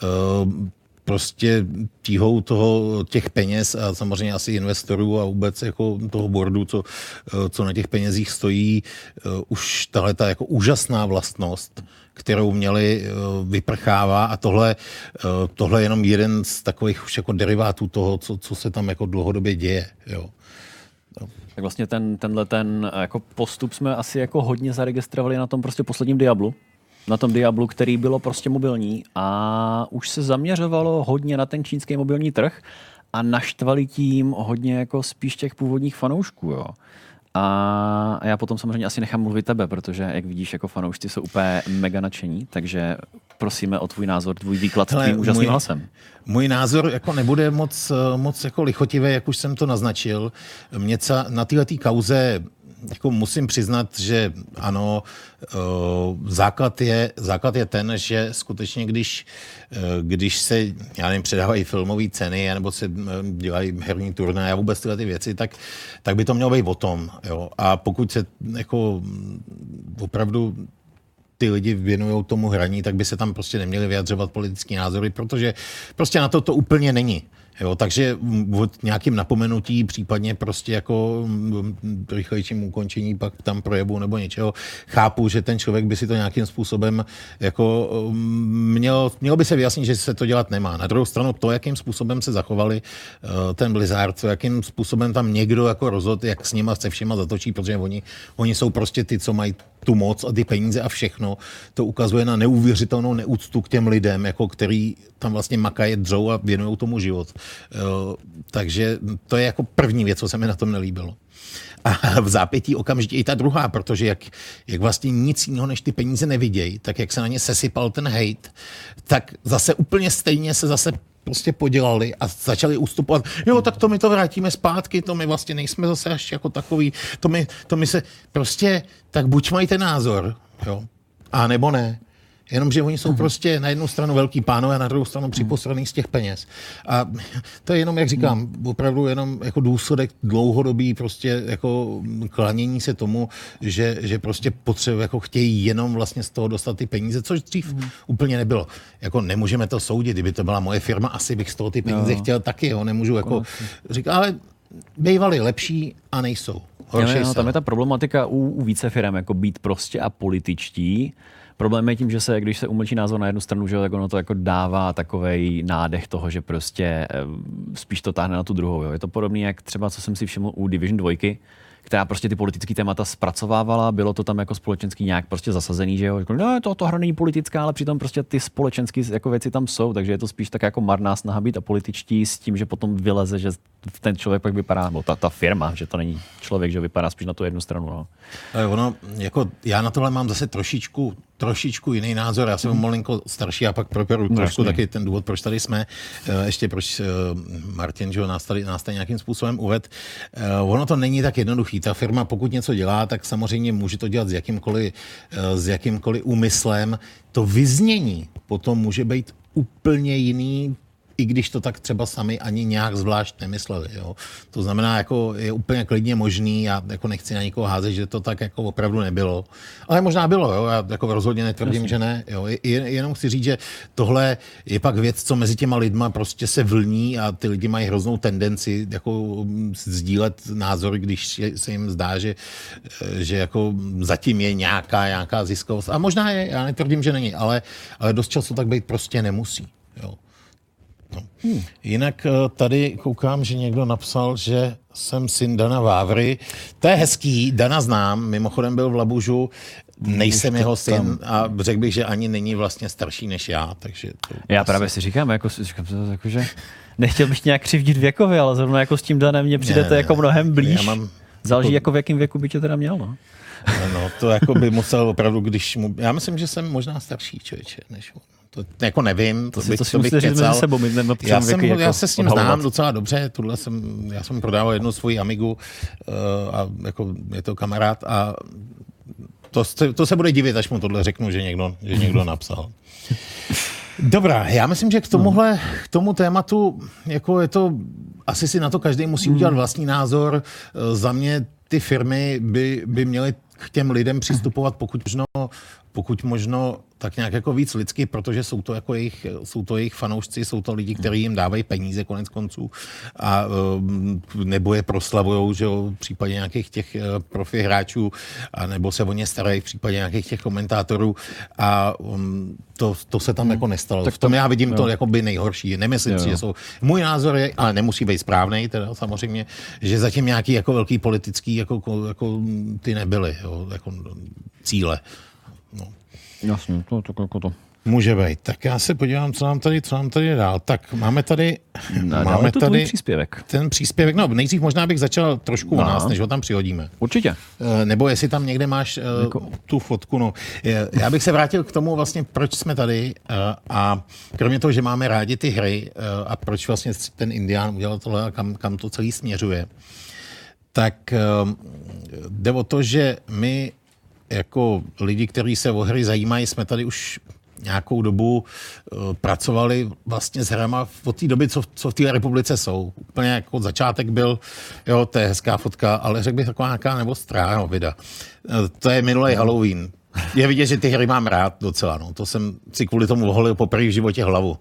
prostě tíhou těch peněz a samozřejmě asi investorů a vůbec jako toho boardu, co na těch penězích stojí, už tahleta jako úžasná vlastnost, kterou měli, vyprchává a tohle je jenom jeden z takových už jako derivátů toho, co se tam jako dlouhodobě děje. Jo. Tak vlastně tenhle jako postup jsme asi jako hodně zaregistrovali na tom prostě posledním Diablu. Na tom Diablu, který bylo prostě mobilní a už se zaměřovalo hodně na ten čínský mobilní trh a naštvali tím hodně jako spíš těch původních fanoušků, jo. A já potom samozřejmě asi nechám mluvit tebe, protože jak vidíš, jako fanoušci jsou úplně mega nadšení, takže prosíme o tvůj názor, tvůj výklad tvým úžasným hlasem. Můj názor jako nebude moc jako lichotivý, jak už jsem to naznačil. Mě na této kauze jako musím přiznat, že ano, základ je ten, že skutečně, když se, já nevím, předávají filmové ceny, nebo se dělají herní turnaje a vůbec tyhle ty věci, tak by to mělo být o tom. Jo. A pokud se jako opravdu ty lidi věnují tomu hraní, tak by se tam prostě neměli vyjadřovat politický názory, protože prostě na to úplně není. Jo, takže od nějakým napomenutí, případně prostě jako rychlejším ukončení pak tam projevu nebo něčeho, chápu, že ten člověk by si to nějakým způsobem jako mělo by se vyjasnit, že se to dělat nemá. Na druhou stranu to, jakým způsobem se zachovali ten Blizzard, jakým způsobem tam někdo jako rozhodl, jak s nima se všema zatočí, protože oni jsou prostě ty, co mají tu moc a ty peníze a všechno. To ukazuje na neuvěřitelnou neúctu k těm lidem, jako který tam vlastně makají, dřou a věnují tomu život. Takže to je jako první věc, co se mi na tom nelíbilo. A v zápětí okamžitě i ta druhá, protože jak vlastně nic jiného než ty peníze nevidějí, tak jak se na ně sesypal ten hejt, tak zase úplně stejně se zase prostě podělali a začali ustupovat. Jo, tak to my to vrátíme zpátky, to my vlastně nejsme zase až jako takový, to my se prostě, tak buď mají ten názor, jo, a nebo ne. Jenomže oni jsou prostě na jednu stranu velký pánové a na druhou stranu připosraný z těch peněz. A to je jenom, jak říkám, opravdu jenom jako důsledek dlouhodobý prostě jako klanění se tomu, že prostě jako chtějí jenom vlastně z toho dostat ty peníze, což dřív úplně nebylo. Jako nemůžeme to soudit, kdyby to byla moje firma, asi bych z toho ty peníze chtěl taky, jo, nemůžu jako říkat, ale bývali lepší a nejsou. Tam je ta problematika u více firm, jako být prostě apolitičtí. Problém je tím, že když se umlčí názor na jednu stranu, že tak ono to jako dává takovej nádech toho, že prostě spíš to táhne na tu druhou. Jo. Je to podobné, jak třeba, co jsem si všiml u Division 2, která prostě ty politické témata zpracovávala, bylo to tam jako společensky nějak prostě zasazený, že jo. No, to hra není politická, ale přitom prostě ty společenské jako věci tam jsou, takže je to spíš tak jako marná snaha být apolitičtí s tím, že potom vyleze, že ten člověk pak vypadá, nebo ta firma, že to není člověk, že vypadá spíš na tu jednu stranu. No. Ono, jako já na tohle mám zase trošičku jiný názor. Já jsem malinko starší a pak proberu trošku taky ten důvod, proč tady jsme. Ještě proč Martin, že nás tady nějakým způsobem uvedl. Ono to není tak jednoduchý. Ta firma, pokud něco dělá, tak samozřejmě může to dělat s jakýmkoliv úmyslem. To vyznění potom může být úplně jiný, i když to tak třeba sami ani nějak zvlášť nemysleli. Jo. To znamená, jako je úplně klidně možný, já jako nechci na nikoho házet, že to tak jako opravdu nebylo. Ale možná bylo, jo. Já jako rozhodně netvrdím, že ne. Jo. Jenom chci říct, že tohle je pak věc, co mezi těma lidma prostě se vlní a ty lidi mají hroznou tendenci jako sdílet názory, když se jim zdá, že jako zatím je nějaká ziskovost. A možná je, já netvrdím, že není, ale dost často tak být prostě nemusí. Jo. No. Jinak tady koukám, že někdo napsal, že jsem syn Dana Vávry. To je hezký, Dana znám, mimochodem byl v Labužu, nejsem jeho syn a řekl bych, že ani není vlastně starší než já, takže to já právě si říkám, že nechtěl bych nějak křivdit věkově, ale zrovna jako s tím Danem mě přijdete jako mnohem blíž. Záleží jako v jakém věku by tě teda měl, no. No, to jako by musel opravdu, já myslím, že jsem možná starší člověče, než on. To jako nevím. To si musíte říct mezi sebou. Já se s ním znám docela dobře. Já jsem prodával jednu svoji Amigu a jako je to kamarád a to se bude divit, až mu tohle řeknu, že někdo napsal. Dobrá, já myslím, že k tomu tématu, jako je to, asi si na to každý musí udělat vlastní názor. Za mě ty firmy by měly k těm lidem přistupovat pokud možno tak nějak jako víc lidsky, protože jsou to jejich fanoušci, jsou to lidi, kteří jim dávají peníze konec konců a nebo je proslavujou, že v případě nějakých těch profi hráčů, a nebo se o ně starají v případě nějakých těch komentátorů a to se tam jako nestalo. Tak v tom já vidím to jako by nejhorší. Nemyslím si, že jsou. Můj názor je, ale nemusí být správnej, teda samozřejmě, že zatím nějaký jako velký politický jako ty nebyly, jako cíle. No. Jasně, to. Může být. Tak já se podívám, co nám tady je dál. Tak máme tady tvůj příspěvek. Ten příspěvek, no nejdřív možná bych začal trošku u nás, než ho tam přihodíme. Určitě. Nebo jestli tam někde máš tu fotku. No. Já bych se vrátil k tomu vlastně, proč jsme tady a kromě toho, že máme rádi ty hry a proč vlastně ten Indián udělal tohle a kam to celý směřuje, tak jde o to, že my jako lidi, kteří se o hry zajímají, jsme tady už nějakou dobu pracovali vlastně s hrama od té doby, co v té republice jsou. Úplně jako začátek byl, to je hezká fotka, ale řekl bych taková nějaká nebo stráno vida. To je minulý Halloween. Je vidět, že ty hry mám rád docela. No. To jsem si kvůli tomu oholil poprvé v životě hlavu.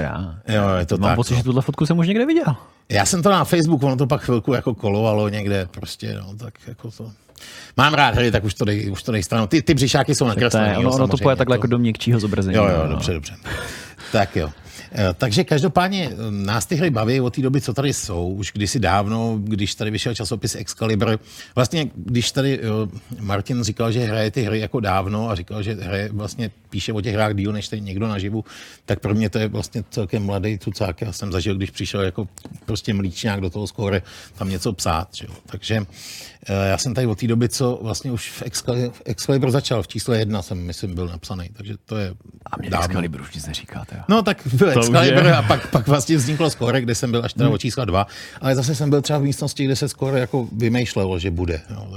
Je to mám pocit, že tuhle fotku jsem už někde viděl. Já jsem to na Facebooku, ono to pak chvilku jako kolovalo někde prostě, tak jako to. Mám rád hry, tak už to dej stranou. Ty břišáky jsou nakreslený. Ono to půjde takhle jako do měkčího zobrazení. Jo, dobře. Tak jo. Takže každopádně nás ty hry baví od té doby, co tady jsou. Už kdysi dávno, když tady vyšel časopis Excalibur. Vlastně, když tady Martin říkal, že hraje ty hry jako dávno a říkal, že vlastně píše o těch hrách díl, než tady někdo naživu, tak pro mě to je vlastně celkem mladý tucák. Já jsem zažil, když přišel jako prostě mlíčňák do toho skóre tam něco psát. Že jo. Takže já jsem tady od té doby, co vlastně už v Excalibur začal, v čísle 1 jsem, myslím, byl napsaný, takže to je a mě Excalibur už nic neříkáte. No tak byl Excalibur a pak vlastně vzniklo skóre, kde jsem byl až teda o čísla 2, ale zase jsem byl třeba v místnosti, kde se skóre jako vymýšlelo, že bude.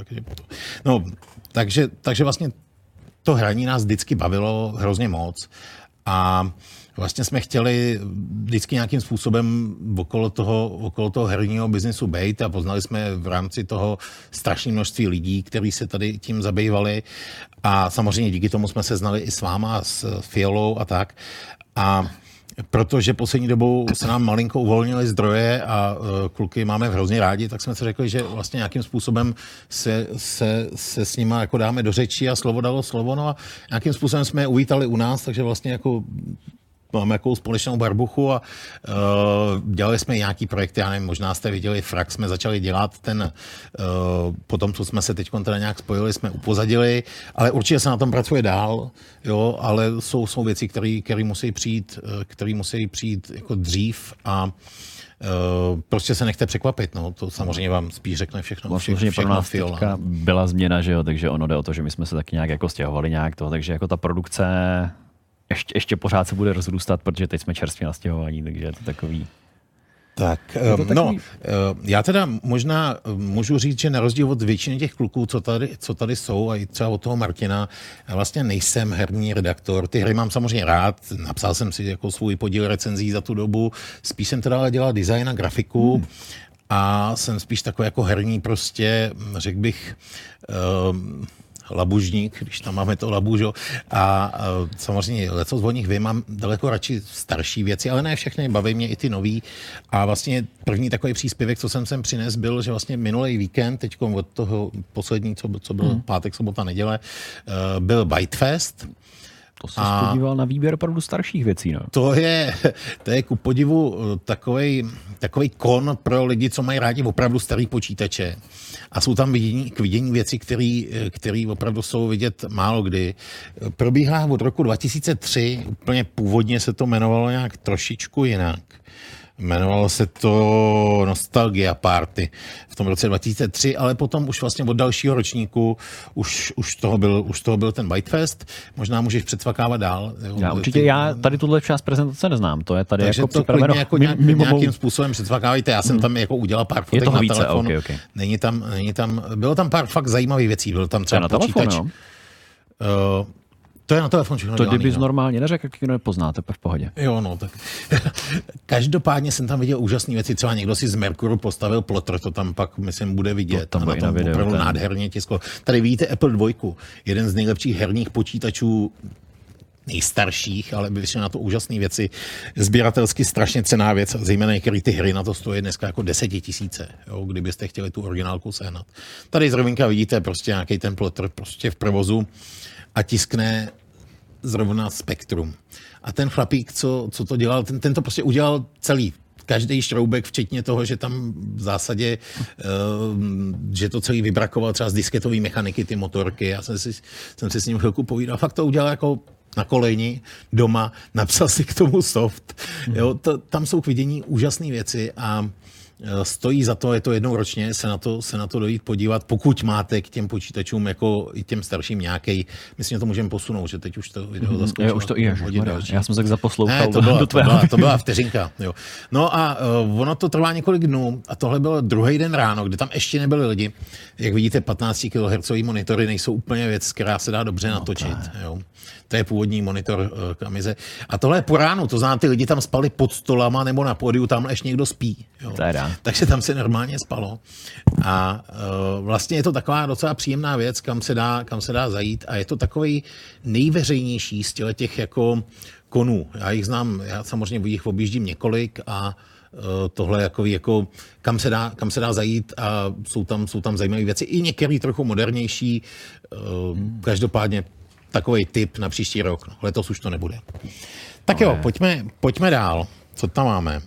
Takže vlastně to hraní nás vždycky bavilo hrozně moc a vlastně jsme chtěli vždycky nějakým způsobem okolo toho herního biznesu bejt a poznali jsme v rámci toho strašné množství lidí, kteří se tady tím zabývali a samozřejmě díky tomu jsme se znali i s váma, s Fiolou a tak. A protože poslední dobou se nám malinko uvolnily zdroje a kluky máme hrozně rádi, tak jsme si řekli, že vlastně nějakým způsobem se s nima jako dáme do řeči a slovo dalo slovo, no a nějakým způsobem jsme je uvítali u nás, takže vlastně jako máme jakou společnou barbuchu a dělali jsme nějaký projekty, já nevím, možná jste viděli, Frak jsme začali dělat potom, co jsme se teď teda nějak spojili, jsme upozadili, ale určitě se na tom pracuje dál, ale jsou věci, které musí přijít jako dřív a prostě se nechte překvapit, no, to samozřejmě vám spíš řekne všechno. Samozřejmě pro nás teďka byla změna, že jo, takže ono jde o to, že my jsme se taky nějak jako stěhovali nějak to, takže jako ta produkce ještě pořád se bude rozrůstat, protože teď jsme čerstvě nastěhovaní, takže je to takový. Tak, já teda možná můžu říct, že na rozdíl od většiny těch kluků, co tady jsou, a i třeba od toho Martina, já vlastně nejsem herní redaktor. Ty hry mám samozřejmě rád, napsal jsem si jako svůj podíl recenzí za tu dobu, spíš jsem teda dělal design a grafiku a jsem spíš takový jako herní prostě, řekl bych, labužník, když tam máme to labužo. A samozřejmě lecos od nich vím, mám daleko radši starší věci, ale ne všechny, baví mě i ty nový. A vlastně první takový příspěvek, co jsem sem přines, byl, že vlastně minulý víkend, teď od toho poslední, co byl pátek, sobota, neděle, byl Bytefest. To jsi podíval na výběr opravdu starších věcí, no. To je ku podivu takovej kon pro lidi, co mají rádi opravdu starý počítače. A jsou tam k vidění věci, které opravdu jsou vidět málo kdy. Probíhá od roku 2003, úplně původně se to jmenovalo nějak trošičku jinak. Jmenovalo se to Nostalgia Party v tom roce 2003, ale potom už vlastně od dalšího ročníku už toho byl ten Bytefest. Možná můžeš předsvakávat dál. Já tady tuhle část prezentace neznám, to je tady takže jako to připraveno. Jako nějakým způsobem předsvakávajte, já jsem tam jako udělal pár fotek na telefonu. Okay. Bylo tam pár fakt zajímavých věcí, byl tam třeba počítač. Telefon, to je na telefon všechno dělaný. To kdybys normálně neřekl, jak nepoznáte, v pohodě. Jo, no, tak. Každopádně jsem tam viděl úžasné věci, třeba někdo si z Merkuru postavil plotter, to tam pak, myslím, bude vidět. To na tom opravdu nádherně tisklo. Tady vidíte Apple 2, jeden z nejlepších herních počítačů, nejstarších, ale vyšly na to úžasné věci. Sběratelsky strašně cenná věc, zejména některé ty hry na to stojí dneska jako 10 000, kdybyste chtěli tu originálku sehnat. Tady zrovna vidíte prostě nějaký ten plotter prostě v provozu a tiskne zrovna Spektrum. A ten chlapík, co to dělal, ten to prostě udělal celý. Každý šroubek, včetně toho, že tam v zásadě, že to celý vybrakoval třeba z disketové mechaniky, ty motorky. Já jsem si s ním chvilku povídal. Fakt to udělal jako na koleni, doma, napsal si k tomu soft. Jo, tam jsou k vidění úžasné věci a stojí za to, je to jednou ročně, se na to dojít podívat, pokud máte k těm počítačům jako i těm starším nějaký, myslím, že to můžeme posunout, že teď už to video zaskočilo. Už to je, já jsem se tak zaposlouchal. To byla vteřinka. Jo. No a ono to trvá několik dnů a tohle byl druhý den ráno, kde tam ještě nebyli lidi. Jak vidíte, 15 kHz monitory nejsou úplně věc, která se dá dobře natočit. Jo. To je původní monitor k Amize. A tohle je po ránu, to znamená, ty lidi tam spali pod stolama nebo na pódiu, tam ještě někdo spí. Jo. Takže tam se normálně spalo. A vlastně je to taková docela příjemná věc, kam se dá zajít. A je to takovej nejveřejnější z těch jako konů. Já jich znám, já samozřejmě jich objíždím několik a tohle jako kam se dá zajít a jsou tam zajímavé věci. I některé trochu modernější. Každopádně takový tip na příští rok. Letos už to nebude. Tak jo, pojďme dál. Co tam máme?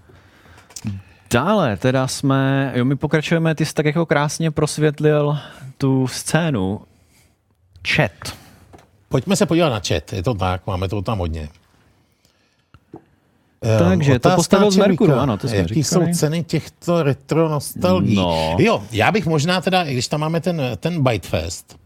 Dále teda my pokračujeme, ty jsi tak jako krásně prosvětlil tu scénu. Chat. Pojďme se podívat na chat, je to tak, máme to tam hodně. Takže to postavil z Merkuru, ano, to jsme jaký říkali. Jsou ceny těchto retro nostalgií? No. Jo, já bych možná teda, když tam máme ten Bytefest,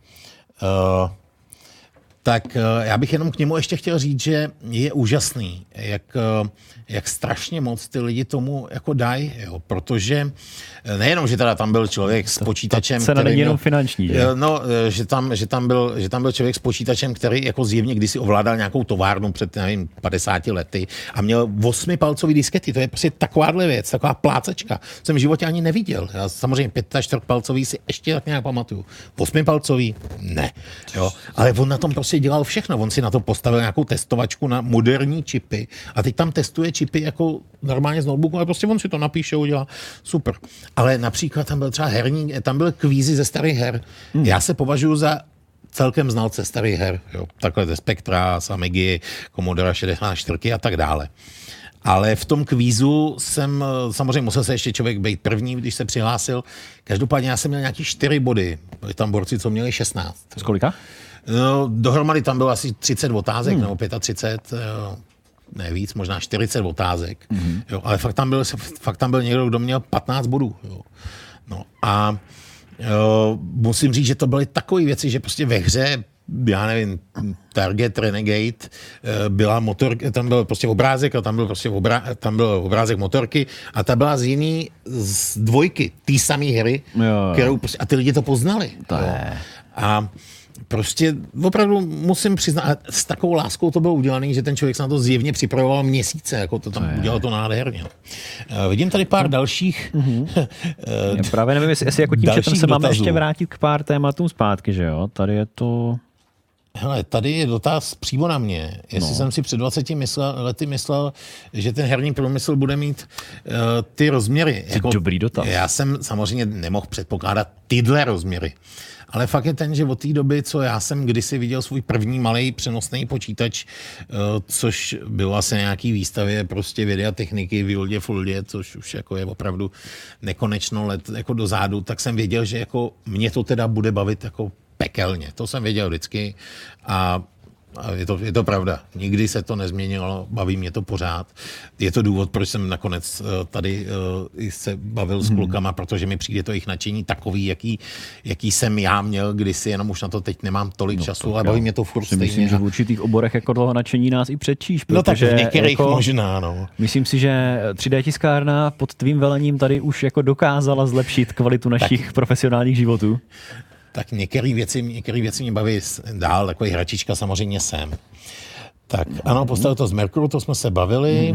tak já bych jenom k němu ještě chtěl říct, že je úžasný, jak strašně moc ty lidi tomu jako dají, protože nejenom, že teda tam byl člověk s počítačem, cena není jenom finanční, že? No, že tam byl člověk s počítačem, který jako zjevně kdysi ovládal nějakou továrnu před, nevím, 50 lety a měl 8palcový diskety, to je prostě takováhle věc, taková plácečka, jsem v životě ani neviděl. Já samozřejmě 4palcový si ještě tak nějak pamatuju. 8palcový? Ne. Jo. Ale on na tom prostě dělal všechno. On si na to postavil nějakou testovačku na moderní čipy a teď tam testuje čipy jako normálně z notebooku, ale prostě on si to napíše, udělá. Super. Ale například tam byl třeba tam byl kvízy ze starých her. Já se považuji za celkem znalce starých her. Jo. Takhle ze Spectra, Amigy, Commodore 64 a tak dále. Ale v tom kvízu jsem, samozřejmě musel se ještě člověk být první, když se přihlásil. Každopádně já jsem měl nějaký 4 body. Byli tam borci, co měli 16. Z kolika? No, dohromady tam bylo asi 30 otázek, nebo 35, ne víc, možná 40 otázek. Jo, ale fakt tam byl někdo, kdo měl 15 bodů. Jo. No a musím říct, že to byly takové věci, že prostě ve hře, já nevím, Target Renegade, byla motorka, tam byl prostě obrázek a tam byl obrázek motorky a ta byla z dvojky, té samé hry, kterou prostě, a ty lidi to poznali. A prostě opravdu musím přiznat, s takovou láskou to bylo udělané, že ten člověk se na to zjevně připravoval měsíce, jako to tam udělal to nádherně. Vidím tady pár dalších. Já právě nevím, jestli jako tím chatem se máme ještě vrátit k pár tématům zpátky, že jo? Tady je to... Hele, tady je dotaz přímo na mě. Jestli jsem si před 20 lety myslel, že ten herní průmysl bude mít ty rozměry. Jako, dobrý dotaz. Já jsem samozřejmě nemohl předpokládat tyhle rozměry. Ale fakt je ten, že od té doby, co já jsem kdysi viděl svůj první malej přenosný počítač, což bylo asi nějaký výstavě prostě videotechniky v Juldě Fuldě, což už jako je opravdu nekonečno let jako dozadu, tak jsem věděl, že jako mě to teda bude bavit jako pekelně. To jsem věděl vždycky a je to pravda. Nikdy se to nezměnilo, baví mě to pořád. Je to důvod, proč jsem nakonec tady se bavil s klukama, protože mi přijde to jejich nadšení takový, jaký jsem já měl kdysi, jenom už na to teď nemám tolik času, ale baví mě to furt stejně. Myslím, že v určitých oborech jako toho nadšení nás i předčíš. No tak v některých jako, možná, no. Myslím si, že 3D tiskárna pod tvým velením tady už jako dokázala zlepšit kvalitu našich profesionálních životů. Tak některé věci mě baví dál, takový hračička samozřejmě jsem. Tak ano, postavil to z Merkuru, to jsme se bavili.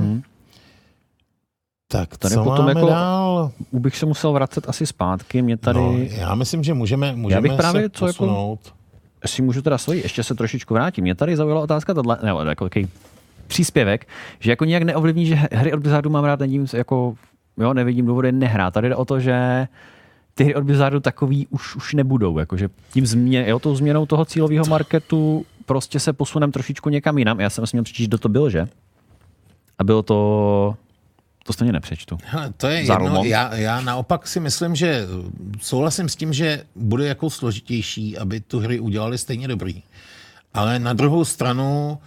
Tak tady co potom máme jako, dál? Bych se musel vracet asi zpátky, mě tady... No, já myslím, že můžeme já bych právě se posunout. Jako, jestli můžu teda ještě se trošičku vrátím. Mě tady zaujala otázka, jako takový příspěvek, že jako nějak neovlivní, že hry od Blizzardu mám rád, jako, nevidím důvody nehrát. Tady jde o to, že ty hry od Blizzardu takový už nebudou, jakože tou změnou toho cílového marketu prostě se posunem trošičku někam jinam. Já jsem si měl přečíst, kdo to byl, že? A bylo to stejně nepřečtu. Hele, to je jedno. Já naopak si myslím, že souhlasím s tím, že bude jako složitější, aby tu hry udělali stejně dobrý. Ale na druhou stranu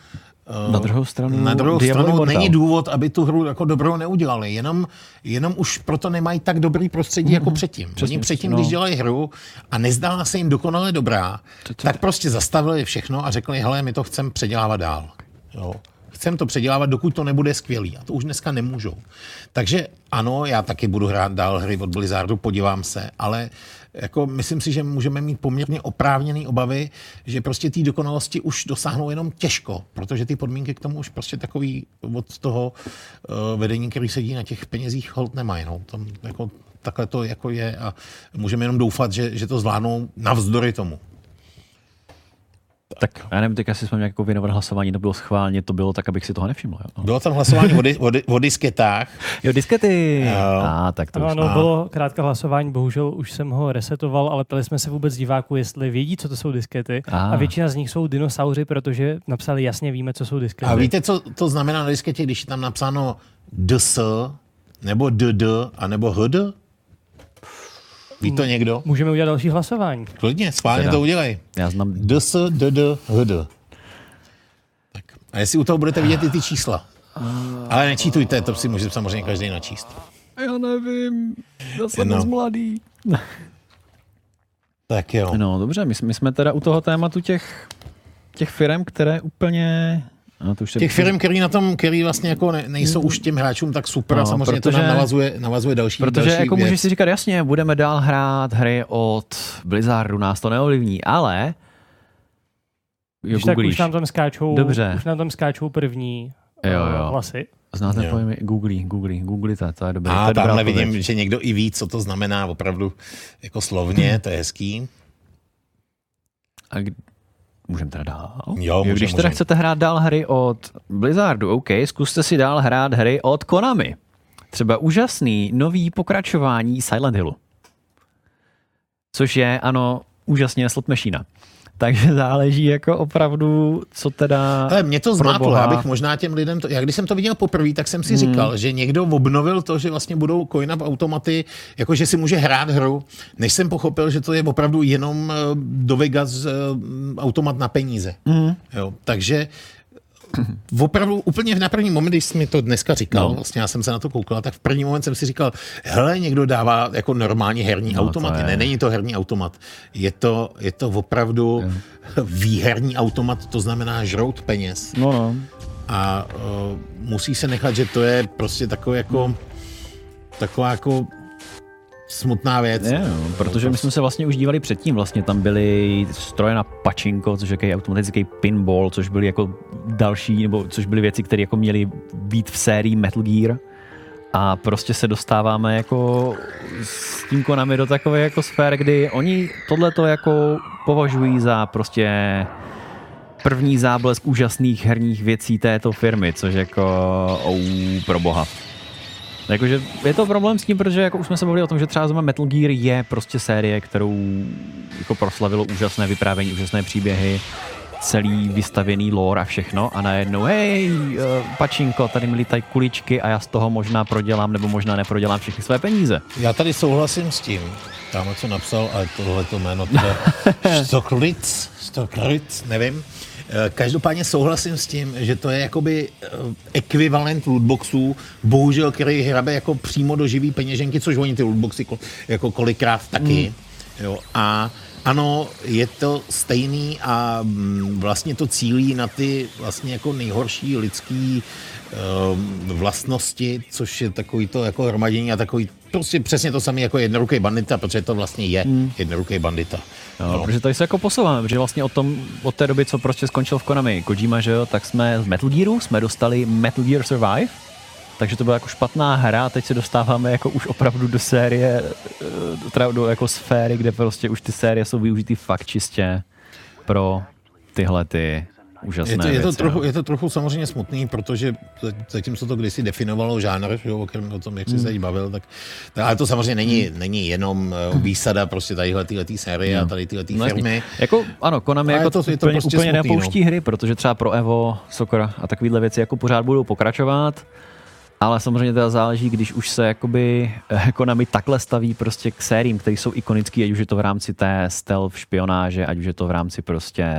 není důvod, aby tu hru jako dobrou neudělali. Jenom už proto nemají tak dobrý prostředí jako předtím. Oni předtím, když dělají hru a nezdála se jim dokonale dobrá, tak prostě zastavili všechno a řekli, hele, my to chceme předělávat dál. Jo. Chcem to předělávat, dokud to nebude skvělý. A to už dneska nemůžou. Takže ano, já taky budu hrát dál hry od Blizzardu, podívám se, ale jako myslím si, že můžeme mít poměrně oprávněné obavy, že prostě té dokonalosti už dosáhnou jenom těžko, protože ty podmínky k tomu už prostě takový od toho vedení, který sedí na těch penězích, holt nemají. No. Tam jako, takhle to jako je a můžeme jenom doufat, že to zvládnou navzdory tomu. Tak já nevím, teď asi jsme nějakou věnovat hlasování, to bylo schválně, to bylo tak, abych si toho nevšiml. Jo? Bylo tam hlasování o disketách. Jo, diskety. Tak to už. Ano, bylo krátké hlasování, bohužel už jsem ho resetoval, ale ptali jsme se vůbec diváků, jestli vědí, co to jsou diskety. A většina z nich jsou dinosauři, protože napsali jasně víme, co jsou diskety. A víte, co to znamená na disketě, když je tam napsáno DS, nebo DD, a nebo HD? Ví to někdo? Můžeme udělat další hlasování. Klidně, schválně to udělej. Já znám. DS, DD, HD. Tak. A jestli u toho budete vidět i ty čísla. Ale nečítujte, to si může samozřejmě každý načíst. Já nevím, já jsem moc mladý. Tak jo. No dobře, my jsme teda u toho tématu těch firem, které úplně... Těch firm, který vlastně jako nejsou už těm hráčům tak super, a samozřejmě to nám navazuje další protože další jako věc. Můžeš si říkat, jasně, budeme dál hrát hry od Blizzardu, nás to neovlivní, ale už nám tam skáčou první hlasy. Znáte pojem googlite, to je dobré. A tamhle vidím, že někdo i ví, co to znamená opravdu jako slovně, to je hezký. Můžeme teda dál? Jo, když teda chcete hrát dál hry od Blizzardu, OK, zkuste si dál hrát hry od Konami. Třeba úžasný nový pokračování Silent Hillu. Což je, ano, úžasně slot machine. Takže záleží jako opravdu, co teda... Ale mě to zmátlo, já bych možná těm lidem... Já když jsem to viděl poprvé, tak jsem si říkal, že někdo obnovil to, že vlastně budou coin-up automaty, jako že si může hrát hru, než jsem pochopil, že to je opravdu jenom do Vegas automat na peníze. Jo, takže opravdu úplně na první moment, když jsi mi to dneska říkal, vlastně já jsem se na to koukal, tak v první moment jsem si říkal, hele, někdo dává jako normální herní automat. Ne, není to herní automat. Je to opravdu výherní automat, to znamená žrout peněz. A musí se nechat, že to je prostě taková jako smutná věc. Protože my jsme se vlastně už dívali předtím, vlastně tam byly stroje na pačinko, což je automatický pinball, což byly jako další, nebo což byly věci, které jako měly být v sérii Metal Gear. A prostě se dostáváme jako s tím Konami do takové jako sféry, kdy oni tohleto jako považují za prostě první záblesk úžasných herních věcí této firmy, což jako pro boha. Jakože je to problém s tím, protože jako už jsme se bavili o tom, že třeba Metal Gear je prostě série, kterou jako proslavilo úžasné vyprávění, úžasné příběhy, celý vystavěný lore a všechno a najednou hej, pačinko, tady mi lítají kuličky a já z toho možná prodělám nebo možná neprodělám všechny své peníze. Já tady souhlasím s tím, tamhle co napsal, ale tohleto jméno teda Stokritz, nevím. Každopádně souhlasím s tím, že to je jakoby ekvivalent lootboxů, bohužel, který hrabe jako přímo do živý peněženky, což oni ty lootboxy jako kolikrát taky. Jo, a ano, je to stejný a vlastně to cílí na ty vlastně jako nejhorší lidský vlastnosti, což je takový to jako hromadění a takový prostě přesně to samé jako jednoruký bandita, protože to vlastně je jednoruký bandita. No. Protože tady se jako posouváme, protože vlastně od té doby, co prostě skončil v Konami Kojima, že jo, tak jsme z Metal Gearu jsme dostali Metal Gear Survive, takže to byla jako špatná hra a teď se dostáváme jako už opravdu do série, do jako sféry, kde prostě už ty série jsou využitý fakt čistě pro tyhle ty úžasné věci. Je to trochu samozřejmě smutný, protože zatímco to kdysi definovalo žánr, o kterém o tom, jak jsi se teď bavil, tak ale to samozřejmě není jenom výsada prostě tadyhletý série a tady tyhletý firmy. Jako, ano, Konami jako to prostě úplně nepouští hry, protože třeba pro Evo, Soccer a takovýhle věci jako pořád budou pokračovat. Ale samozřejmě teda záleží, když už se jakoby Konami takhle staví prostě k sériím, které jsou ikonický, ať už je to v rámci té stealth špionáže, ať už je to v rámci prostě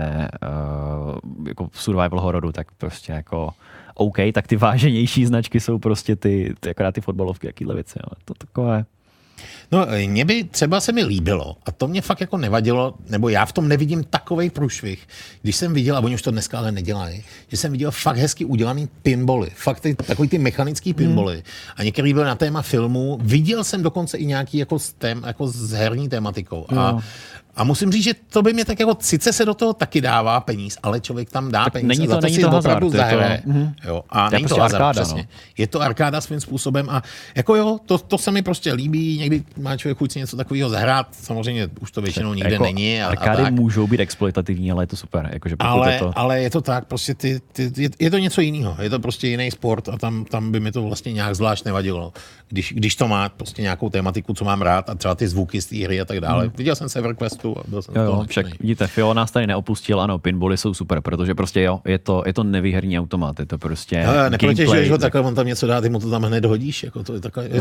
jako survival hororu, tak prostě jako OK, tak ty váženější značky jsou prostě ty akorát ty fotbalovky, jakýhle věci, ale to takové. No, mě by třeba se mi líbilo, a to mě fakt jako nevadilo, nebo já v tom nevidím takovej průšvih, když jsem viděl, a oni už to dneska ale nedělají, že jsem viděl fakt hezky udělaný pinbally, fakt takový ty mechanický pinbally. A některý byl na téma filmu, viděl jsem dokonce i nějaký jako s herní tématikou. A musím říct, že to by mě tak jako, sice se do toho taky dává peníz, ale člověk tam dá tak peníz. Není to si opravdu zahraje. Jo. A není prostě to hazard, arkáda, přesně. Je to arkáda svým způsobem a jako jo, to se mi prostě líbí, někdy má člověk chuť si něco takového zahrát, samozřejmě už to většinou nikde jako není. Arkády můžou být exploitativní, ale je to super. Jakože ale je to tak, prostě je to něco jiného, je to prostě jiný sport a tam by mi to vlastně nějak zvlášť nevadilo, když to má prostě nějakou tématiku, co mám rád a třeba ty zvuky z té hry a tak dále. Viděl jsem se EverQuestu a byl jsem jo, však vidíte, Fio nás tady neopustil, ano, pinbally jsou super, protože prostě jo, je to nevýherní automat, je to prostě neprotěžuješ ho takhle, on tam něco dá, ty mu to tam hned hodíš, jako to je takové,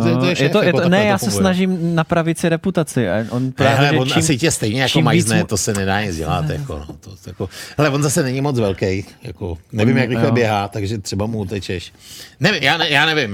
já se snažím napravit si reputaci. On právě, on asi tě stejně jako majzne, to se nedá nic dělat, hele, on zase není moc velký, jako, nevím, jak rychle běhá, takže třeba mu utečeš. Nevím, já nevím,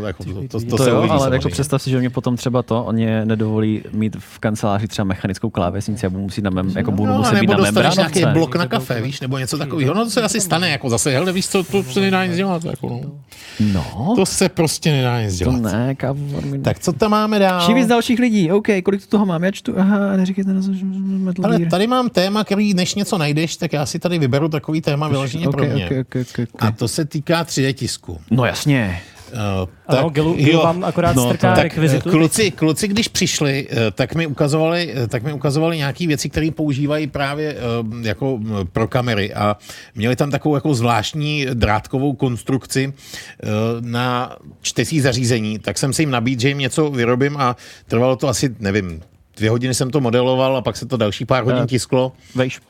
to se uvidí. Ale jako představ si, že mě potom třeba on mě nedovolí mít v kanceláři třeba mechanickou klávesnici a budu muset být na membránovce. Nějaký blok na kafe, víš, nebo něco takového. No to se asi stane, jako zase, hele, víš co, to se nedá nic dělat. Jako, no. To se prostě nedá nic dělat. To ne, tak co tam máme dál? Šiví z dalších lidí, OK, kolik toho mám? Já čtu, neříkejte na ale tady mám téma, který než něco najdeš, tak já si tady vyberu takový téma vyloženě pro mě. Okay. A to se týká 3D tisku. No jasně. Ano, Gilu vám akorát strká rekvizitu. Kluci, když přišli, tak mi ukazovali nějaké věci, které používají právě jako pro kamery a měli tam takovou jako zvláštní drátkovou konstrukci na čtecí zařízení, tak jsem si jim nabídl, že jim něco vyrobím a trvalo to asi, nevím, 2 hodiny jsem to modeloval a pak se to další pár hodin tisklo. Vejš.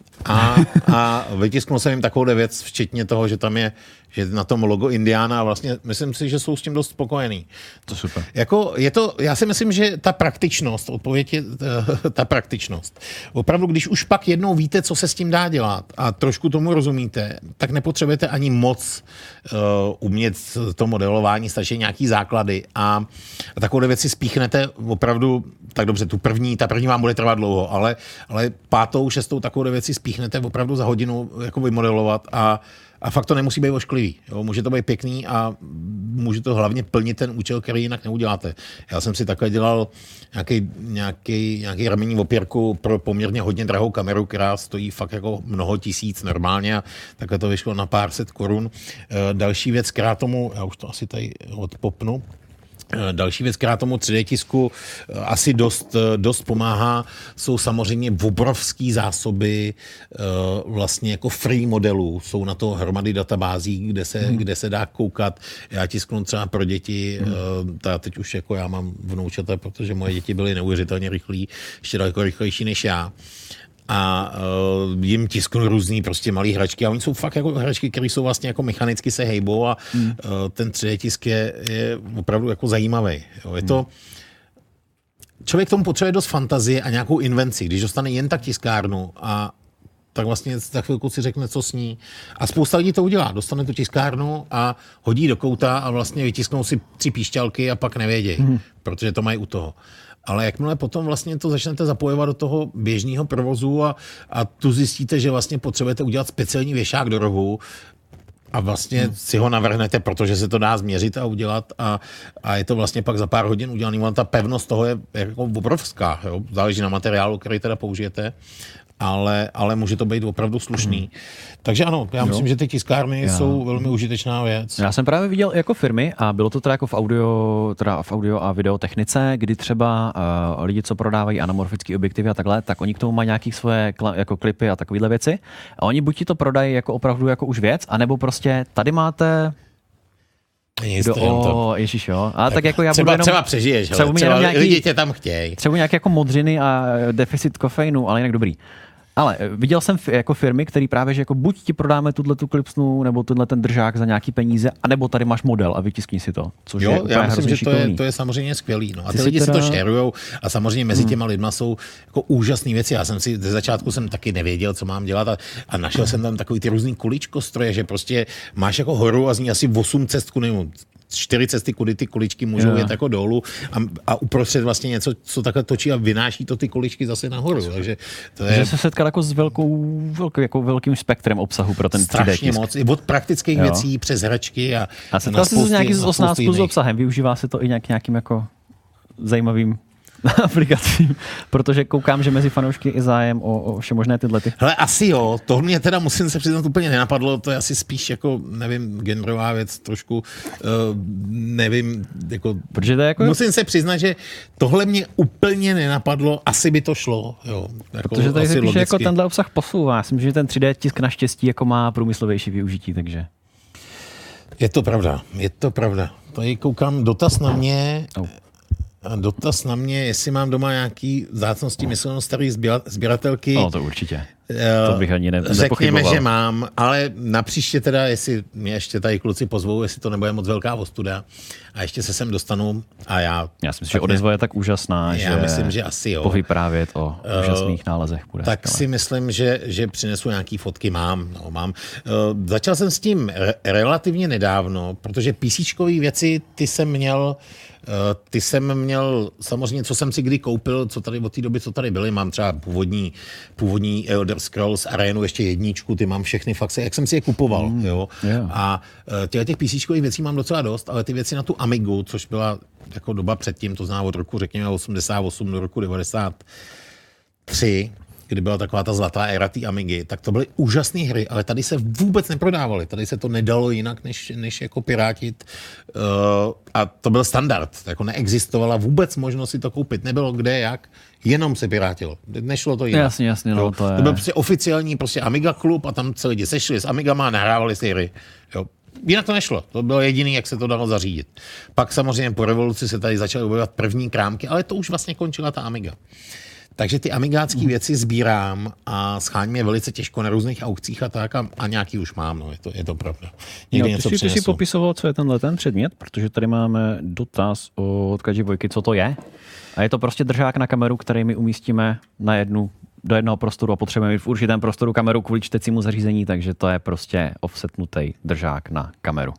A vytisknul jsem jim takovou věc, včetně toho, že tam je na tom logo Indiana a vlastně myslím si, že jsou s tím dost spokojení. To super. Jako já si myslím, že ta praktičnost, odpověď je ta praktičnost. Opravdu, když už pak jednou víte, co se s tím dá dělat a trošku tomu rozumíte, tak nepotřebujete ani moc umět to modelování, stačí nějaký základy a takové věci spíchnete opravdu, tak dobře, ta první vám bude trvat dlouho, ale 5., 6. takové věci spíchnete opravdu za hodinu jako vymodelovat a fakt to nemusí být ošklivý. Jo? Může to být pěkný a může to hlavně plnit ten účel, který jinak neuděláte. Já jsem si takhle dělal nějaký ramenní opěrku pro poměrně hodně drahou kameru, která stojí fakt jako mnoho tisíc normálně a takhle to vyšlo na pár set korun. Další věc, která tomu, já už to asi tady odpopnu, Další věc, která tomu 3D tisku asi dost pomáhá, jsou samozřejmě obrovský zásoby vlastně jako free modelů. Jsou na to hromady databází, kde se dá koukat. Já tisknu třeba pro děti, teď už jako já mám vnoučata, protože moje děti byly neuvěřitelně rychlí, ještě daleko rychlejší než já. A jim tisknu různý prostě malý hračky a oni jsou fakt jako hračky, které jsou vlastně jako mechanicky se hejbou a ten 3D tisk je opravdu jako zajímavý. Jo. Je to, člověk k tomu potřebuje dost fantazie a nějakou invenci. Když dostane jen tak tiskárnu a tak vlastně za chvilku si řekne, co s ní. A spousta lidí to udělá. Dostane tu tiskárnu a hodí do kouta a vlastně vytisknou si 3 píšťalky a pak nevědějí, protože to mají u toho. Ale jakmile potom vlastně to začnete zapojovat do toho běžného provozu a tu zjistíte, že vlastně potřebujete udělat speciální věšák do rohu a vlastně si ho navrhnete, protože se to dá změřit a udělat a je to vlastně pak za pár hodin udělaný. Ta pevnost toho je jako obrovská. Jo? Záleží na materiálu, který teda použijete. Ale může to být opravdu slušný. Takže ano, já myslím, že ty tiskárny jsou velmi užitečná věc. Já jsem právě viděl jako firmy a bylo to teda jako v audio a videotechnice, kdy třeba lidi, co prodávají anamorfické objektivy a takhle, tak oni k tomu mají nějaké svoje jako klipy a takovéhle věci. A oni buď ti to prodají jako opravdu jako už věc, anebo prostě tady máte Ježíš, jo. A tak jako já budu jenom... Třeba přežiješ, třeba lidi tě tam chtějí. Třeba nějaké jako modřiny a deficit kofeinu, ale jinak dobrý. Ale viděl jsem jako firmy, které právě, že jako buď ti prodáme tu klipsnu, nebo ten držák za nějaký peníze, anebo tady máš model a vytiskni si to. Což je já myslím, že to je samozřejmě skvělý. No. A ty lidi si to šerujou a samozřejmě mezi těma lidma jsou jako úžasné věci. Já jsem si ze začátku taky nevěděl, co mám dělat a našel jsem tam takový ty různý kuličkostroje, že prostě máš jako horu a z ní asi 8 cestku, nebo 4 cesty, kudy ty kuličky můžou jet jako dolů a uprostřed vlastně něco, co takhle točí a vynáší to ty kuličky zase nahoru. Takže to je... Že se setkal jako s velkým spektrem obsahu pro ten 3D strašně moc. I od praktických věcí přes hračky a setkal jsi se nějaký z 18 s obsahem. Využívá se to i nějakým jako zajímavým aplikacím, protože koukám, že mezi fanoušky je zájem o vše možné tyhle. Hele, asi jo, to mě teda musím se přiznat úplně nenapadlo, to je asi spíš jako, nevím, genderová věc, trošku, nevím, jako, protože to je jako... musím se přiznat, že tohle mě úplně nenapadlo, asi by to šlo, jo. Jako, protože tady se píše, jako tenhle obsah posouvá, já myslím, že ten 3D tisk naštěstí jako má průmyslovější využití, takže... Je to pravda. Tady koukám, dotaz na mě, jestli mám doma nějaký vzácnosti, myslím, starý sběratelky. No, to určitě. To bych ani nepochyboval. Řekněme, že mám, ale napříště teda, jestli mě ještě tady kluci pozvou, jestli to nebude moc velká ostuda a ještě se sem dostanu a já si myslím, že odezva je tak úžasná, já myslím, že asi jo. Povyprávět o úžasných nálezech bude. Tak skvěle. Si myslím, že přinesu nějaký fotky, mám. Začal jsem s tím relativně nedávno, protože PCčkový věci, ty jsem měl samozřejmě, co jsem si kdy koupil, co tady od té doby, co tady byly, mám třeba původní Elder Scrolls Arenu, ještě 1, ty mám všechny fakt, jak jsem si je kupoval. Jo? Yeah. A těch PCčkových věcí mám docela dost, ale ty věci na tu Amigu, což byla jako doba předtím, to znamená od roku, řekněme, 88 do roku 93, kdy byla taková ta zlatá éra té Amigy, tak to byly úžasné hry, ale tady se vůbec neprodávaly. Tady se to nedalo jinak, než jako pirátit. A to byl standard. Jako neexistovala vůbec možnost si to koupit. Nebylo kde, jak. Jenom se pirátilo. Nešlo to jinak. Jasně, no, to byl prostě oficiální prostě Amiga klub a tam se lidi sešli s Amigama a nahrávali si hry. Jo. Jinak to nešlo. To bylo jediný, jak se to dalo zařídit. Pak samozřejmě po revoluci se tady začaly objevovat první krámky, ale to už vlastně končila ta Amiga. Takže ty amigácké věci sbírám a scháním je velice těžko na různých aukcích a tak a nějaký už mám, no, je to pravda. Ty jsi popisoval, co je ten předmět, protože tady máme dotaz od Kadži Vojky, co to je. A je to prostě držák na kameru, který my umístíme do jednoho prostoru a potřebujeme mít v určitém prostoru kameru kvůli čtecímu zařízení, takže to je prostě offsetnutý držák na kameru.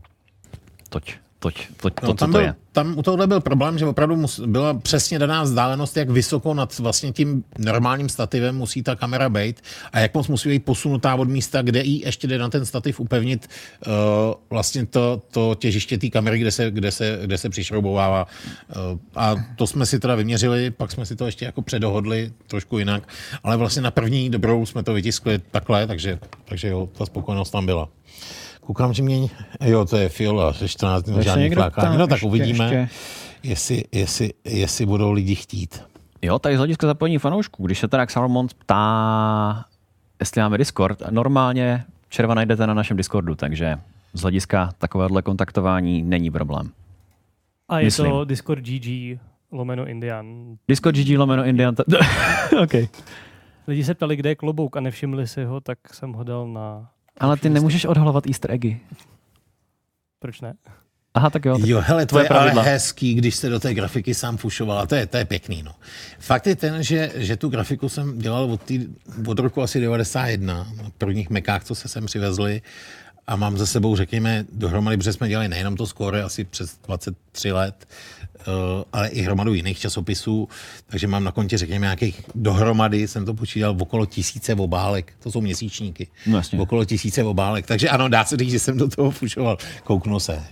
To je. Tam u tohohle byl problém, že opravdu byla přesně daná vzdálenost, jak vysoko nad vlastně tím normálním stativem musí ta kamera být a jak moc musí být posunutá od místa, kde jí ještě jde na ten stativ upevnit vlastně to těžiště té kamery, kde se přišroubovává. A to jsme si teda vyměřili, pak jsme si to ještě jako předohodli trošku jinak, ale vlastně na první dobrou jsme to vytiskli takhle, takže jo, ta spokojenost tam byla. Koukám, že mě... Jo, to je Fiola, že 14 dní žádný flákání. No tak uvidíme, jestli budou lidi chtít. Jo, tady z hlediska zapojení fanoušků, když se teda Salomon ptá, jestli máme Discord, normálně červa najdete na našem Discordu, takže z hlediska takovéhle kontaktování není problém. A je to Discord GG /Indian. Discord GG /Indian. OK. Lidi se ptali, kde je klobouk a nevšimli si ho, tak jsem ho dal na... Ale ty nemůžeš odhalovat easter eggy. Proč ne? Aha, tak jo. Tak jo, hele, to je ale hezký, když se do té grafiky sám fušoval. To je pěkný, no. Fakt je ten, že tu grafiku jsem dělal od roku asi 91, na prvních Macách, co se sem přivezli, a mám za sebou, řekněme, dohromady, protože jsme dělali nejenom to Score asi přes 23 let, ale i hromadu jiných časopisů, takže mám na kontě, řekněme, nějakých dohromady, jsem to počítal, okolo 1000 obálek, to jsou měsíčníky, no, okolo 1000 obálek, takže ano, dá se říct, že jsem do toho fušoval. Kouknu se.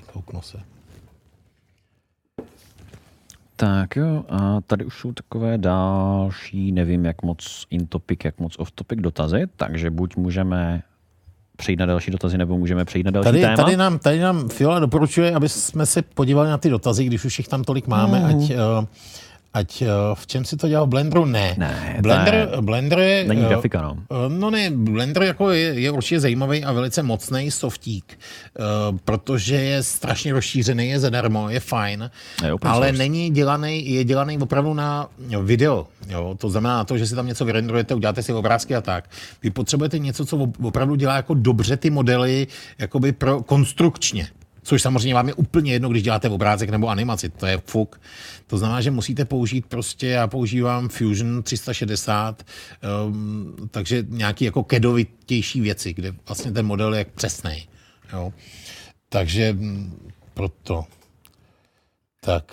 Tak jo, a tady už jsou takové další, nevím, jak moc in-topic, jak moc off-topic dotazy, takže buď můžeme přejít na další dotazy, nebo můžeme přejít na další téma. Tady nám Fiola doporučuje, aby jsme se podívali na ty dotazy, když už jich tam tolik máme, ať v čem si to dělal? V Blenderu? Ne. Blender je... Není grafika, no. No ne, Blender jako je určitě zajímavý a velice mocný softík, protože je strašně rozšířený, je zadarmo, je fajn, ale je dělaný opravdu na video. Jo? To znamená to, že si tam něco vyrenderujete, uděláte si obrázky a tak. Vy potřebujete něco, co opravdu dělá jako dobře ty modely, jakoby pro konstrukčně. Což samozřejmě vám je úplně jedno, když děláte obrázek nebo animaci, to je fuk. To znamená, že musíte použít já používám Fusion 360, takže nějaký jako CADovitější věci, kde vlastně ten model je přesnej. Jo. Takže proto. Tak,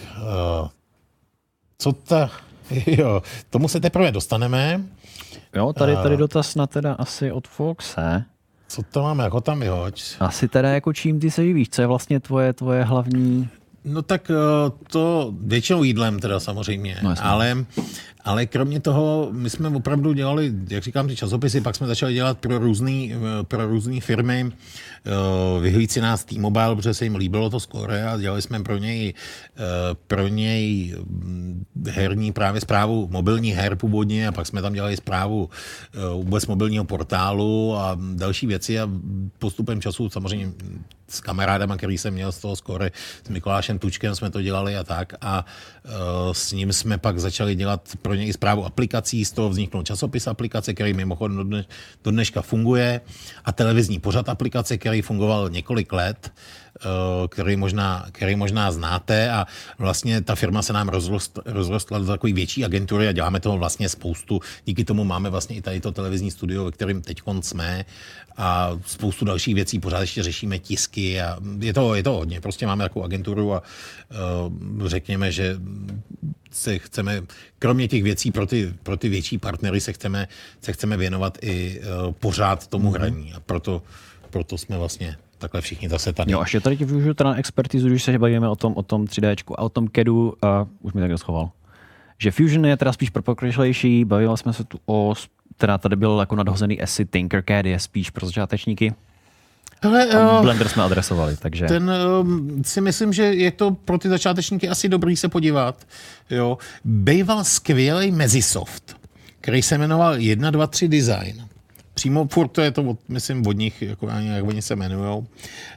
tomu se teprve dostaneme. Jo, tady dotaz na teda asi od Foxe. Co to máme, jako tam vyhoď? Asi teda jako čím ty se živíš, co je vlastně tvoje hlavní... No tak to většinou jídlem teda samozřejmě, no, ale kromě toho my jsme opravdu dělali, jak říkám, ty časopisy, pak jsme začali dělat pro různé firmy. Vyhlídli si nás T-Mobile, protože se jim líbilo to Score a dělali jsme pro něj herní právě zprávu mobilní her původně a pak jsme tam dělali zprávu vůbec mobilního portálu a další věci a postupem času samozřejmě s kamarádem, který jsem měl z toho Score, s Mikulášem Tučkem jsme to dělali a tak a s ním jsme pak začali dělat pro něj zprávu aplikací, z toho vzniknul časopis aplikace, který mimochodem do dneška funguje a televizní pořad aplikace, který fungoval několik let, který možná znáte a vlastně ta firma se nám rozrostla do takové větší agentury a děláme toho vlastně spoustu. Díky tomu máme vlastně i tady to televizní studio, ve kterém teďkon jsme a spoustu dalších věcí, pořád ještě řešíme tisky a je to hodně. Prostě máme takovou agenturu a řekněme, že se chceme, kromě těch věcí pro ty větší partnery se chceme věnovat i pořád tomu hraní a proto jsme vlastně takhle všichni zase tady. Jo, až je tady využiju teda na expertizu, když se bavíme o tom 3Dčku a o tom CADu, už mi takhle schoval. Že Fusion je teda spíš pro pokročilejší, bavili jsme se tu teda tady byl jako nadhozený ASCII, Tinkercad je spíš pro začátečníky. Blender jsme adresovali, takže... Ten si myslím, že je to pro ty začátečníky asi dobrý se podívat. Jo. Býval skvělej Mezisoft, který se jmenoval 1, 2, 3 Design. Přímo furt to je to, myslím, od nich, jako jak oni se jmenujou.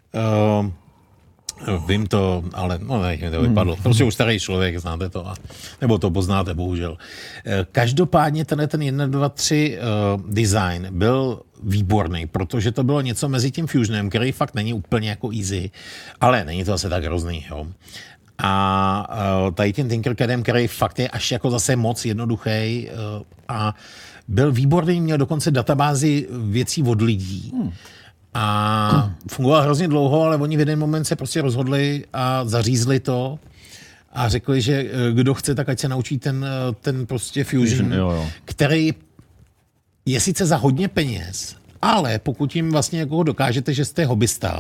Vím to, ale mi to vypadlo. Prostě už starý člověk, znáte to, nebo to poznáte, bohužel. Každopádně ten 1, 2, 3 design byl výborný, protože to bylo něco mezi tím Fusionem, který fakt není úplně jako easy, ale není to zase tak hrozný, jo. A tady tím Tinkercadem, který fakt je až jako zase moc jednoduchý a byl výborný, měl dokonce databázi věcí od lidí. A fungoval hrozně dlouho, ale oni v jeden moment se prostě rozhodli a zařízli to a řekli, že kdo chce, tak ať se naučí ten prostě Fusion, který je sice za hodně peněz, ale pokud jim vlastně jako dokážete, že jste hobbysta,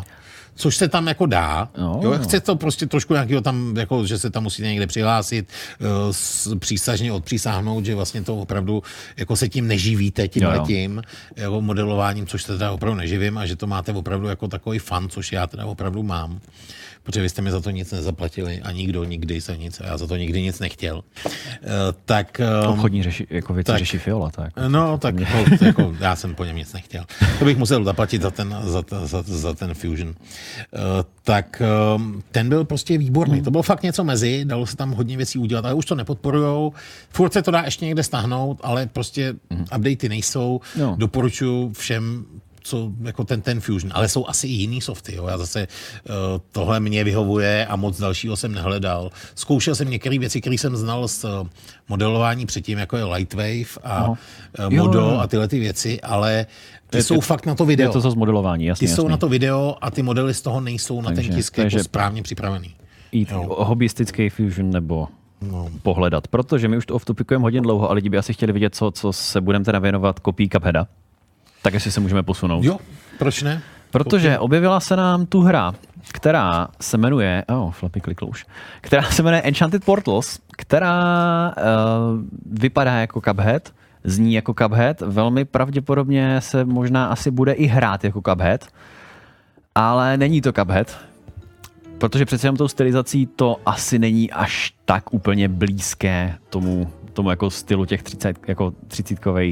což se tam jako dá. No. Jo, chce to prostě trošku nějakého tam, jako, že se tam musíte někde přihlásit, přísažně odpřísáhnout, že vlastně to opravdu jako se tím neživíte, tímhletím jako modelováním, což se teda opravdu neživím a že to máte opravdu jako takový fun, což já teda opravdu mám. Protože vy jste mi za to nic nezaplatili a nikdo nikdy se nic, a já za to nikdy nic nechtěl. Tak... Obchodní jako věci řeší Fiola, tak. No, tak jako, já jsem po něm nic nechtěl. To bych musel zaplatit za ten Fusion. Tak ten byl prostě výborný. To bylo fakt něco mezi, dalo se tam hodně věcí udělat, ale už to nepodporujou. Furt se to dá ještě někde stáhnout, ale prostě updaty nejsou. No. Doporučuji všem co jako ten Fusion, ale jsou asi i jiný softy. Jo. Já zase tohle mě vyhovuje a moc dalšího jsem nehledal. Zkoušel jsem některé věci, které jsem znal z modelování předtím, jako je Lightwave a Modo a tyhle ty věci, ale ty jsou fakt na to video. Je to z modelování, jasně. Ty jsou na to video a ty modely z toho nejsou na ten tisk jako správně připravený. Jít hobbystický Fusion nebo pohledat, protože my už to off-topikujeme hodně dlouho a lidi by asi chtěli vidět, co se budeme teda věnovat kopii Cupheada. Tak jestli se můžeme posunout. Jo, proč ne? Protože objevila se nám tu hra, která se jmenuje, Flappy klikl už, která se jmenuje Enchanted Portals, která vypadá jako Cuphead, zní jako Cuphead, velmi pravděpodobně se možná asi bude i hrát jako Cuphead, ale není to Cuphead, protože přece jenom tou stylizací to asi není až tak úplně blízké tomu jako stylu těch 30kových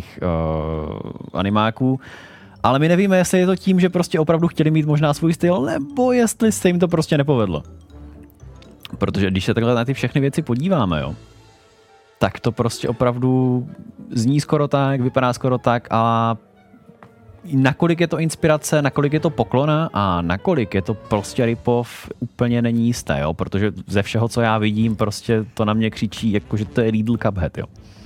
animáků. Ale my nevíme, jestli je to tím, že prostě opravdu chtěli mít možná svůj styl, nebo jestli se jim to prostě nepovedlo. Protože když se takhle na ty všechny věci podíváme, tak to prostě opravdu zní skoro tak, vypadá skoro tak a nakolik je to inspirace, nakolik je to poklona a nakolik je to prostě rip-off, úplně není jisté, protože ze všeho, co já vidím, prostě to na mě křičí, jako že to je Lidl Cuphead,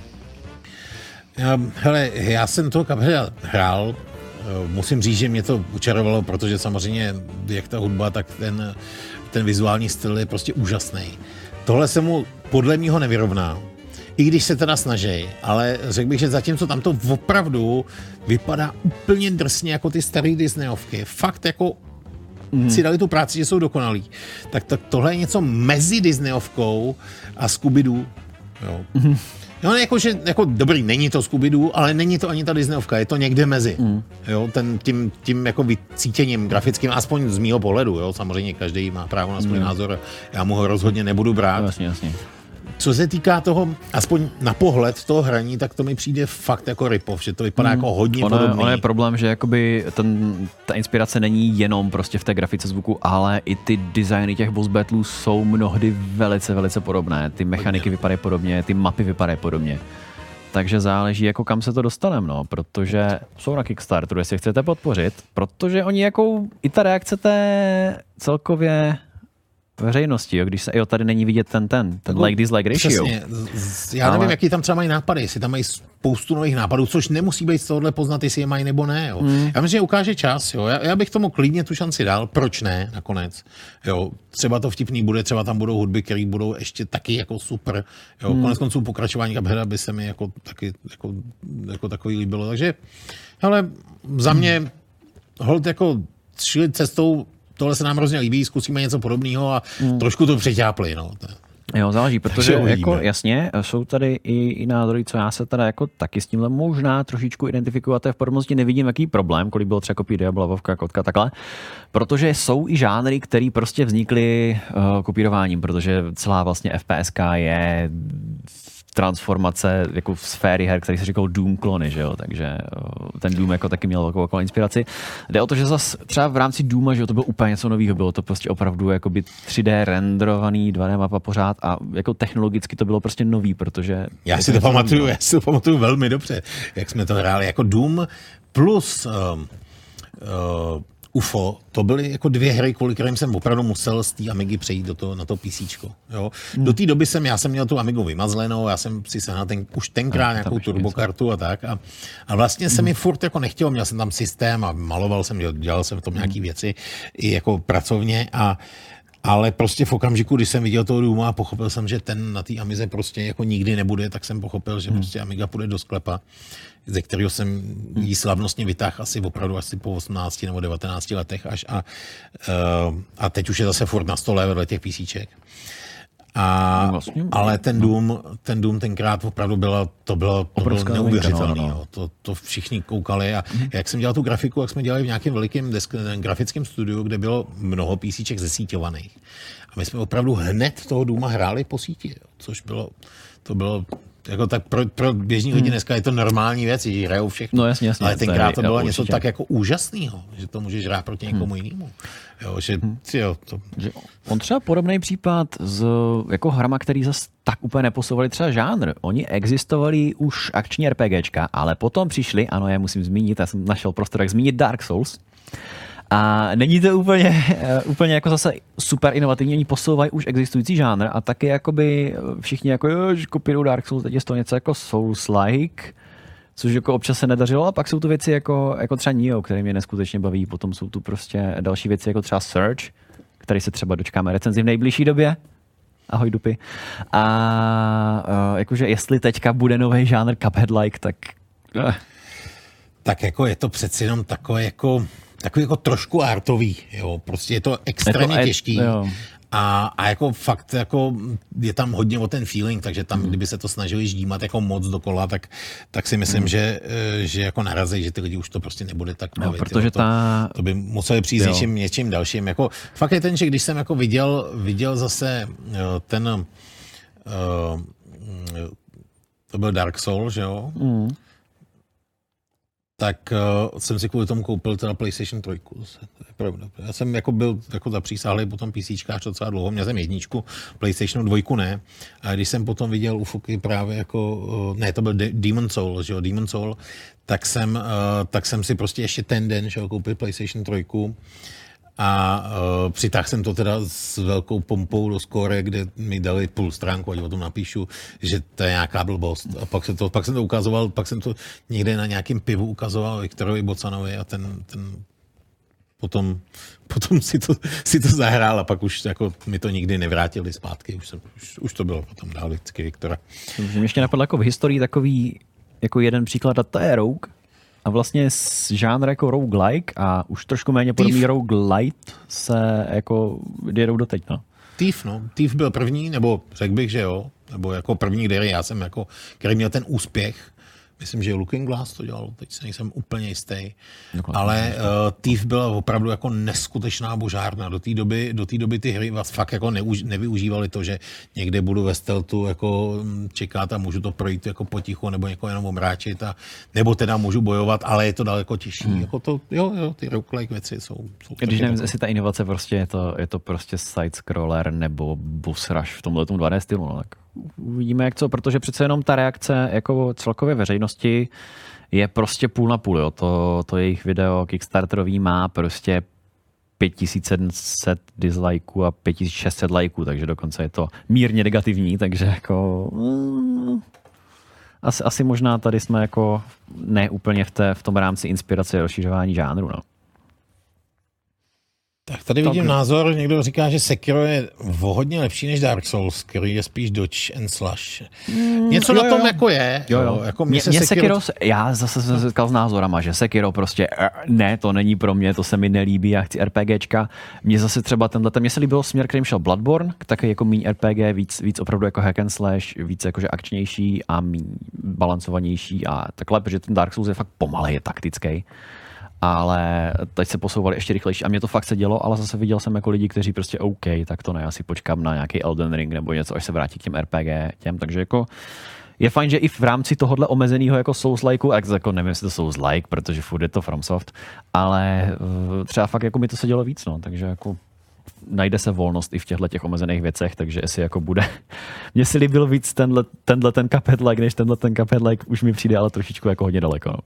Hele, já jsem toho Cupheada hrál, musím říct, že mě to učarovalo, protože samozřejmě jak ta hudba, tak ten vizuální styl je prostě úžasný. Tohle se mu podle mýho nevyrovná. I když se teda snaží, ale řekl bych, že zatímco tam to opravdu vypadá úplně drsně jako ty staré Disneyovky. Fakt jako si dali tu práci, že jsou dokonalí. Tak tohle je něco mezi Disneyovkou a Scooby-Doo. Jo. No, jako dobrý, není to Scooby-Doo, ale není to ani ta Disneyovka, je to někde mezi. Jo, tím jako vycítěním grafickým, aspoň z mýho pohledu, jo, samozřejmě každý má právo na svůj názor, já mu ho rozhodně nebudu brát. Jasně. Co se týká toho, aspoň na pohled toho hraní, tak to mi přijde fakt jako rip-off, že to vypadá jako hodně podobný. Ono je problém, že jakoby ta inspirace není jenom prostě v té grafice zvuku, ale i ty designy těch boss battlů jsou mnohdy velice, velice podobné. Ty mechaniky vypadají podobně, ty mapy vypadají podobně. Takže záleží, jako kam se to dostaneme, protože jsou na Kickstarteru, jestli chcete podpořit, protože oni jako i ta reakce té celkově veřejnosti, když se tady není vidět ten like-dislike ratio. Přesně. Já nevím, jaký tam třeba mají nápady, jestli tam mají spoustu nových nápadů, což nemusí být z tohohle poznat, jestli je mají nebo ne. Jo. Já myslím, že ukáže čas. Jo. Já bych tomu klidně tu šanci dal, proč ne nakonec. Jo. Třeba to vtipný bude, třeba tam budou hudby, které budou ještě taky jako super. Jo. Konec konců pokračování Cupheada by se mi jako taky jako takový líbilo. Takže hele, za mě holt jako šli cestou. Tohle se nám hrozně líbí, zkusíme něco podobného a trošku to přeťápli. No. Jo, záleží, protože jako jasně, jsou tady i názory, co já se teda jako taky s tímhle možná trošičku identifikuju a v podobnosti nevidím, jaký problém, kolik bylo třeba kopí Diablovka, Kotka, takhle, protože jsou i žánry, které prostě vznikly kopírováním, protože celá vlastně FPSK je transformace jako v sféry her, který se říkal Doom klony, že jo, takže ten Doom jako taky měl velkou inspiraci. Jde o to, že zase třeba v rámci Dooma, že jo, to bylo úplně něco nového, bylo to prostě opravdu jakoby 3D renderovaný 2D mapa pořád a jako technologicky to bylo prostě nový, protože... Já si to pamatuju velmi dobře, jak jsme to hráli, jako Doom plus UFO, to byly jako dvě hry, kvůli kterým jsem opravdu musel z té Amigy přejít na to PCčko. Jo. Do té doby já jsem měl tu Amigu vymazlenou, já jsem si sehnal už tenkrát nějakou turbokartu a tak. A vlastně se mi furt jako nechtělo, měl jsem tam systém a maloval jsem, dělal jsem v tom nějaký věci i jako pracovně Ale prostě v okamžiku, když jsem viděl toho Dooma a pochopil jsem, že ten na té Amize prostě jako nikdy nebude, tak jsem pochopil, že prostě Amiga půjde do sklepa, ze kterého jsem jí slavnostně vytáhl asi opravdu asi po 18 nebo 19 letech až a teď už je zase furt na stole vedle těch PCček. Ale ten Doom tenkrát opravdu to bylo neuvěřitelné. To všichni koukali a jak jsem dělal tu grafiku, jak jsme dělali v nějakém velikém grafickém studiu, kde bylo mnoho PCček zesíťovaných. A my jsme opravdu hned toho Dooma hráli po síti, což to bylo jako tak pro běžní lidi dneska je to normální věc, že hrajou všechno. No jasně. Ale tenkrát to bylo něco tak jako úžasného, že to můžeš hrát proti někomu jinému. On třeba podobný případ s jako hrama, který zase tak úplně neposouvali třeba žánr. Oni existovali už akční RPGčka, ale potom přišli, ano, já musím zmínit, já jsem našel prostor, jak zmínit Dark Souls. A není to úplně jako zase super inovativní, oni posouvají už existující žánr a taky jakoby všichni jako kopírují Dark Souls, teď je to něco jako Souls-like, což jako občas se nedařilo, a pak jsou tu věci jako třeba Nioh, které mě neskutečně baví, potom jsou tu prostě další věci jako třeba Surge, který se třeba dočkáme recenzi v nejbližší době. Ahoj dupy. A jakože jestli teďka bude nový žánr Cuphead-like, tak... Tak jako je to přeci jenom takový jako trošku artový, jo, prostě je to extrémně těžký. A jako fakt jako je tam hodně o ten feeling, takže tam, kdyby se to snažili ždímat jako moc dokola, tak si myslím, že jako narazí, že ty lidi už to prostě nebude tak bavit. Protože to by museli přijít s něčím dalším. Jako, fakt je ten, že když jsem jako viděl zase ten to byl Dark Souls, že jo? Tak jsem si kvůli tomu koupil teda PlayStation 3. Já jsem jako byl jako zapřísáhlý potom PCčkář docela dlouho, měl jsem jedničku, PlayStationu 2 ne. A když jsem potom viděl u Fuky právě jako, ne, to byl Demon Soul, že jo, Demon Soul, tak jsem si prostě ještě ten den šel koupit PlayStation 3 a přitáhl jsem to teda s velkou pompou do Score, kde mi dali půl stránku, ať o tom napíšu, že to je nějaká blbost. A pak jsem to ukazoval, pak jsem to někde na nějakém pivu ukazoval Viktorovi Bocanovi a ten potom si to zahrál a pak už jako mi to nikdy nevrátili zpátky. Už to bylo potom dál vždycky Viktora. Mě ještě napadlo jako v historii takový jako jeden příklad, a to je Rogue. A vlastně žánr jako roguelike a už trošku méně podobný roguelite se jako jedou doteď, no. Thief byl první, nebo řekl bych, že jo, nebo jako první, který měl ten úspěch. Myslím, že Looking Glass to dělal, teď se nejsem úplně jistý. Ale Thief byla opravdu jako neskutečná božárna. Do té doby ty hry vás fakt jako nevyužívaly to, že někde budu ve stealthu jako čekat a můžu to projít jako potichu, nebo někoho jenom omráčit, nebo teda můžu bojovat, ale je to daleko těžší. Jako to, jo, ty roguelike věci jsou když nevím, jestli ta inovace prostě je to prostě side-scroller nebo boss rush v tomhletom 2D stylu, no, tak uvidíme jak co, protože přece jenom ta reakce jako celkově veřejnosti je prostě půl na půl, jo. To jejich video Kickstarterový má prostě 5700 dislikeů a 5600 lajků, takže dokonce je to mírně negativní, takže jako asi možná tady jsme jako ne úplně v tom rámci inspirace a rozšiřování žánru, no. Tak tady vidím názor, někdo říká, že Sekiro je hodně lepší než Dark Souls, který je spíš dodge and slash. Něco na tom jako je. Jo. Jako mě Sekiro, já zase jsem se setkal s názorama, že Sekiro prostě ne, to není pro mě, to se mi nelíbí, já chci RPGčka. Mně zase třeba mně se líbilo směr, kterým šel Bloodborne, taky jako míň RPG, víc opravdu jako hack and slash, víc jakože akčnější a míň balancovanější a takhle, protože ten Dark Souls je fakt pomalej, je taktický. Ale teď se posouvali ještě rychlejší a mě to fakt se dělo, ale zase viděl jsem jako lidi, kteří prostě OK, tak to ne, já si počkám na nějaký Elden Ring nebo něco, až se vrátí k těm RPG takže jako je fajn, že i v rámci tohohle omezeného jako Souls-likeu, jako nevím, jestli to Souls-like, protože furt je to FromSoft, ale třeba fakt jako mi to se dělo víc, no, takže jako najde se volnost i v těchto těch omezených věcech, takže jestli jako bude. Mně si líbil víc ten Cuphead-like, než ten Cuphead-like už mi přijde ale trošičku jako hodně daleko, no.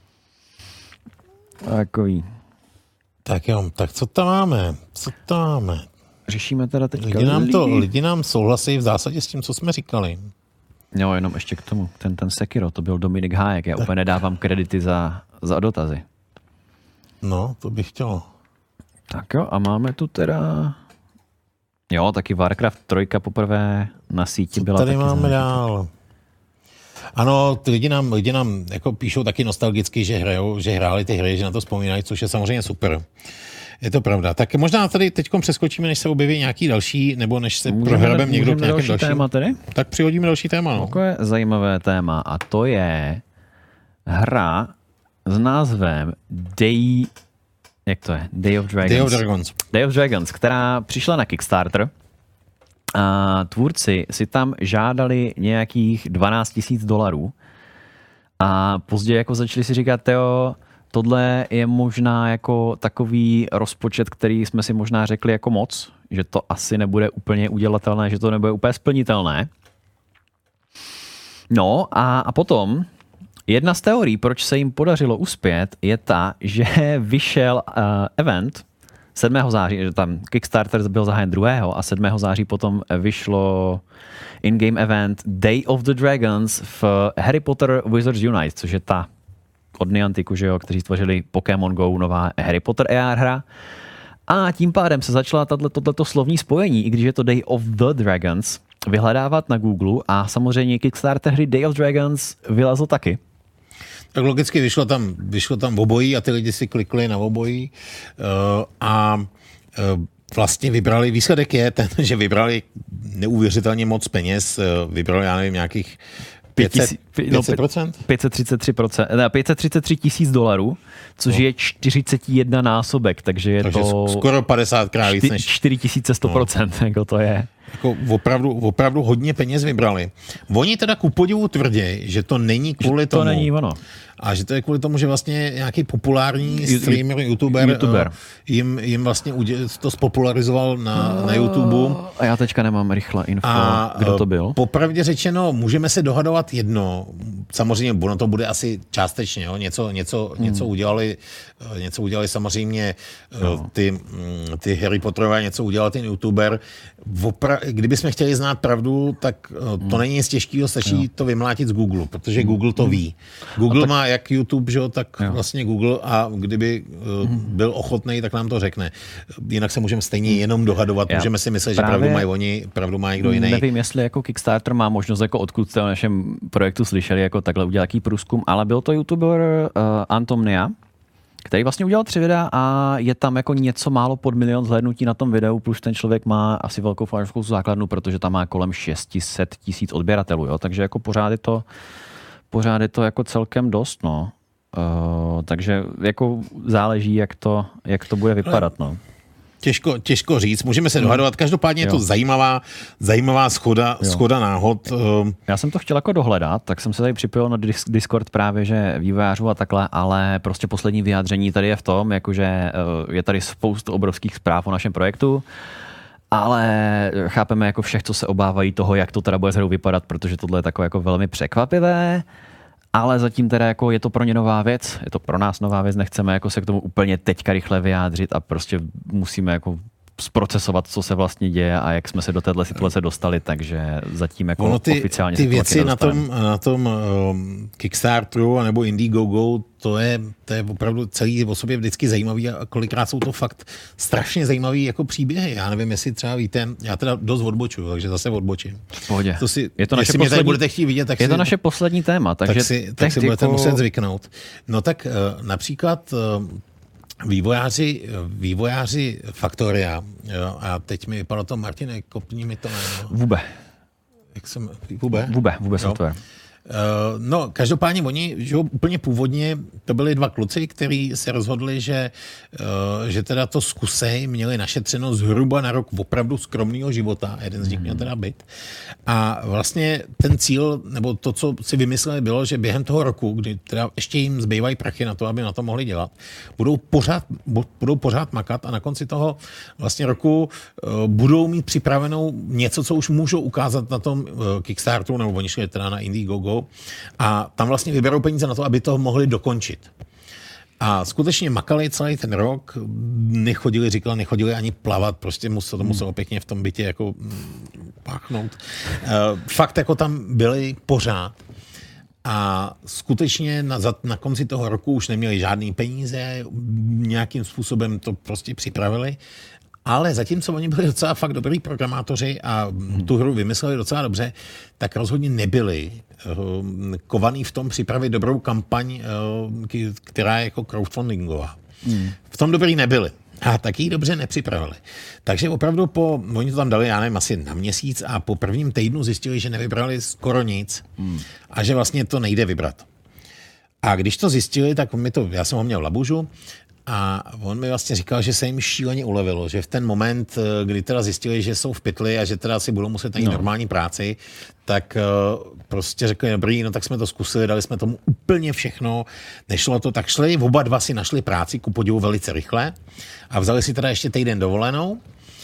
Takový. Tak jo, tak co tam máme? Řešíme teda teďka. Lidi nám souhlasí v zásadě s tím, co jsme říkali. Jo, jenom ještě k tomu. Ten Sekiro, to byl Dominik Hájek. Já úplně nedávám kredity za dotazy. No, to bych chtěl. Tak jo, a máme tu teda Jo, taky Warcraft 3 poprvé na síti byla tady taky máme zážitek. dál. Ano, lidi nám jako píšou taky nostalgicky, že hráli ty hry, že na to vzpomínají, což je samozřejmě super. Je to pravda. Tak možná tady teďkom přeskočíme, než se objeví nějaký další, nebo než se prohrabem někdo k nějakým dalším. Téma tedy? Tak přihodíme další téma. No. Takové zajímavé téma a to je hra s názvem Day of Dragons. Day of Dragons, která přišla na Kickstarter a tvůrci si tam žádali nějakých $12,000 a později jako začali si říkat, tohle je možná jako takový rozpočet, který jsme si možná řekli jako moc, že to asi nebude úplně udělatelné, že to nebude úplně splnitelné. No a potom jedna z teorií, proč se jim podařilo uspět, je ta, že vyšel event 7. září, že tam Kickstarter byl zahájen 2. a 7. září potom vyšlo in-game event Day of the Dragons v Harry Potter Wizards Unite, což je ta od Nianticu, že jo, kteří stvořili Pokémon Go, nová Harry Potter AR hra. A tím pádem se začala tohleto slovní spojení, i když je to Day of the Dragons, vyhledávat na Google a samozřejmě Kickstarter hry Day of Dragons vylezl taky. Tak logicky vyšlo tam obojí a ty lidi si klikli na obojí a vlastně vybrali, výsledek je ten, že vybrali neuvěřitelně moc peněz, vybrali, já nevím, nějakých 500%? 533 $533,000, což je 41 násobek, takže je to skoro 50krát víc než 4100%, jako to je. Jako opravdu hodně peněz vybrali. Oni teda ku podivu tvrdí, že to není kvůli tomu. To není ono. A že to je kvůli tomu, že vlastně nějaký populární streamer, YouTuber jim vlastně to spopularizoval na YouTube. A já teďka nemám rychle info, kdo to byl. Popravdě řečeno, můžeme se dohadovat jedno. Samozřejmě, ono to bude asi částečně, jo? Něco udělali samozřejmě ty Harry Potterové, něco udělal ten YouTuber. Kdybychom chtěli znát pravdu, tak to není nic těžkého, stačí to vymlátit z Google, protože Google to ví. Google má jak YouTube, že jo, tak vlastně Google a kdyby byl ochotný, tak nám to řekne. Jinak se můžeme stejně jenom dohadovat, můžeme si myslet, že pravdu mají oni, pravdu má někdo jiný. Nevím, jestli jako Kickstarter má možnost, jako odkud jste o našem projektu slyšeli, jako takhle udělat nějaký průzkum, ale byl to YouTuber Antomnia, který vlastně udělal 3 videa a je tam jako něco málo pod 1 milion zhlédnutí na tom videu, plus ten člověk má asi velkou fanouškovskou základnu, protože tam má kolem 600 000 odběratelů, jo? Takže jako pořád je to jako celkem dost, no. Takže jako záleží, jak to bude vypadat, no. Těžko říct, můžeme se dohadovat. Každopádně je to zajímavá schoda náhod. Já jsem to chtěl jako dohledat, tak jsem se tady připojil na Discord právě, že vývojářů a takhle, ale prostě poslední vyjádření tady je v tom, jakože je tady spoustu obrovských zpráv o našem projektu, ale chápeme jako všech, co se obávají toho, jak to teda bude s hrou vypadat, protože tohle je takové jako velmi překvapivé. Ale zatím teda jako je to pro ně nová věc, je to pro nás nová věc, nechceme jako se k tomu úplně teďka rychle vyjádřit a prostě musíme jako zprocesovat, co se vlastně děje a jak jsme se do této situace dostali, takže zatím jako oficiálně ty věci na tom Kickstarteru nebo Indiegogo, to je opravdu celý o sobě vždycky zajímavý a kolikrát jsou to fakt strašně zajímavý jako příběhy. Já nevím, jestli třeba víte, já teda dost odbočuju, takže zase odbočím. V pohodě. Je to naše poslední, budete chtít vidět, tak je to naše poslední téma, takže tak si budete muset zvyknout. No tak například vývojáři Factoria, jo, a teď mi vypadlo to, Martine, kopni mi to jméno. Vube software. No, každopádně oni, že úplně původně to byli 2 kluci, kteří se rozhodli, že teda to zkusej, měli našetřeno zhruba na rok opravdu skromného života, jeden z nich měl teda byt. A vlastně ten cíl, nebo to, co si vymysleli, bylo, že během toho roku, kdy teda ještě jim zbývají prachy na to, aby na to mohli dělat, budou pořád makat a na konci toho vlastně roku budou mít připravenou něco, co už můžou ukázat na tom Kickstarteru, nebo oni šli teda na Indiegogo, a tam vlastně vyberou peníze na to, aby to mohli dokončit. A skutečně makali celý ten rok, nechodili ani plavat, prostě to muselo pěkně v tom bytě jako páchnout. Fakt jako tam byli pořád. A skutečně na konci toho roku už neměli žádný peníze, nějakým způsobem to prostě připravili Ale zatímco oni byli docela fakt dobrý programátoři a tu hru vymysleli docela dobře, tak rozhodně nebyli kovaný v tom připravit dobrou kampaň, která je jako crowdfundingová. V tom dobrý nebyli. A taky ji dobře nepřipravili. Takže opravdu oni to tam dali, já nevím, asi na měsíc a po prvním týdnu zjistili, že nevybrali skoro nic a že vlastně to nejde vybrat. A když to zjistili, tak já jsem ho měl v Labužu a on mi vlastně říkal, že se jim šíleně ulevilo, že v ten moment, kdy teda zjistili, že jsou v pytli a že teda si budou muset najít normální práci, tak prostě řekli, dobrý, no tak jsme to zkusili, dali jsme tomu úplně všechno, nešlo to, tak šli, oba dva si našli práci, ku podivu velice rychle a vzali si teda ještě týden dovolenou.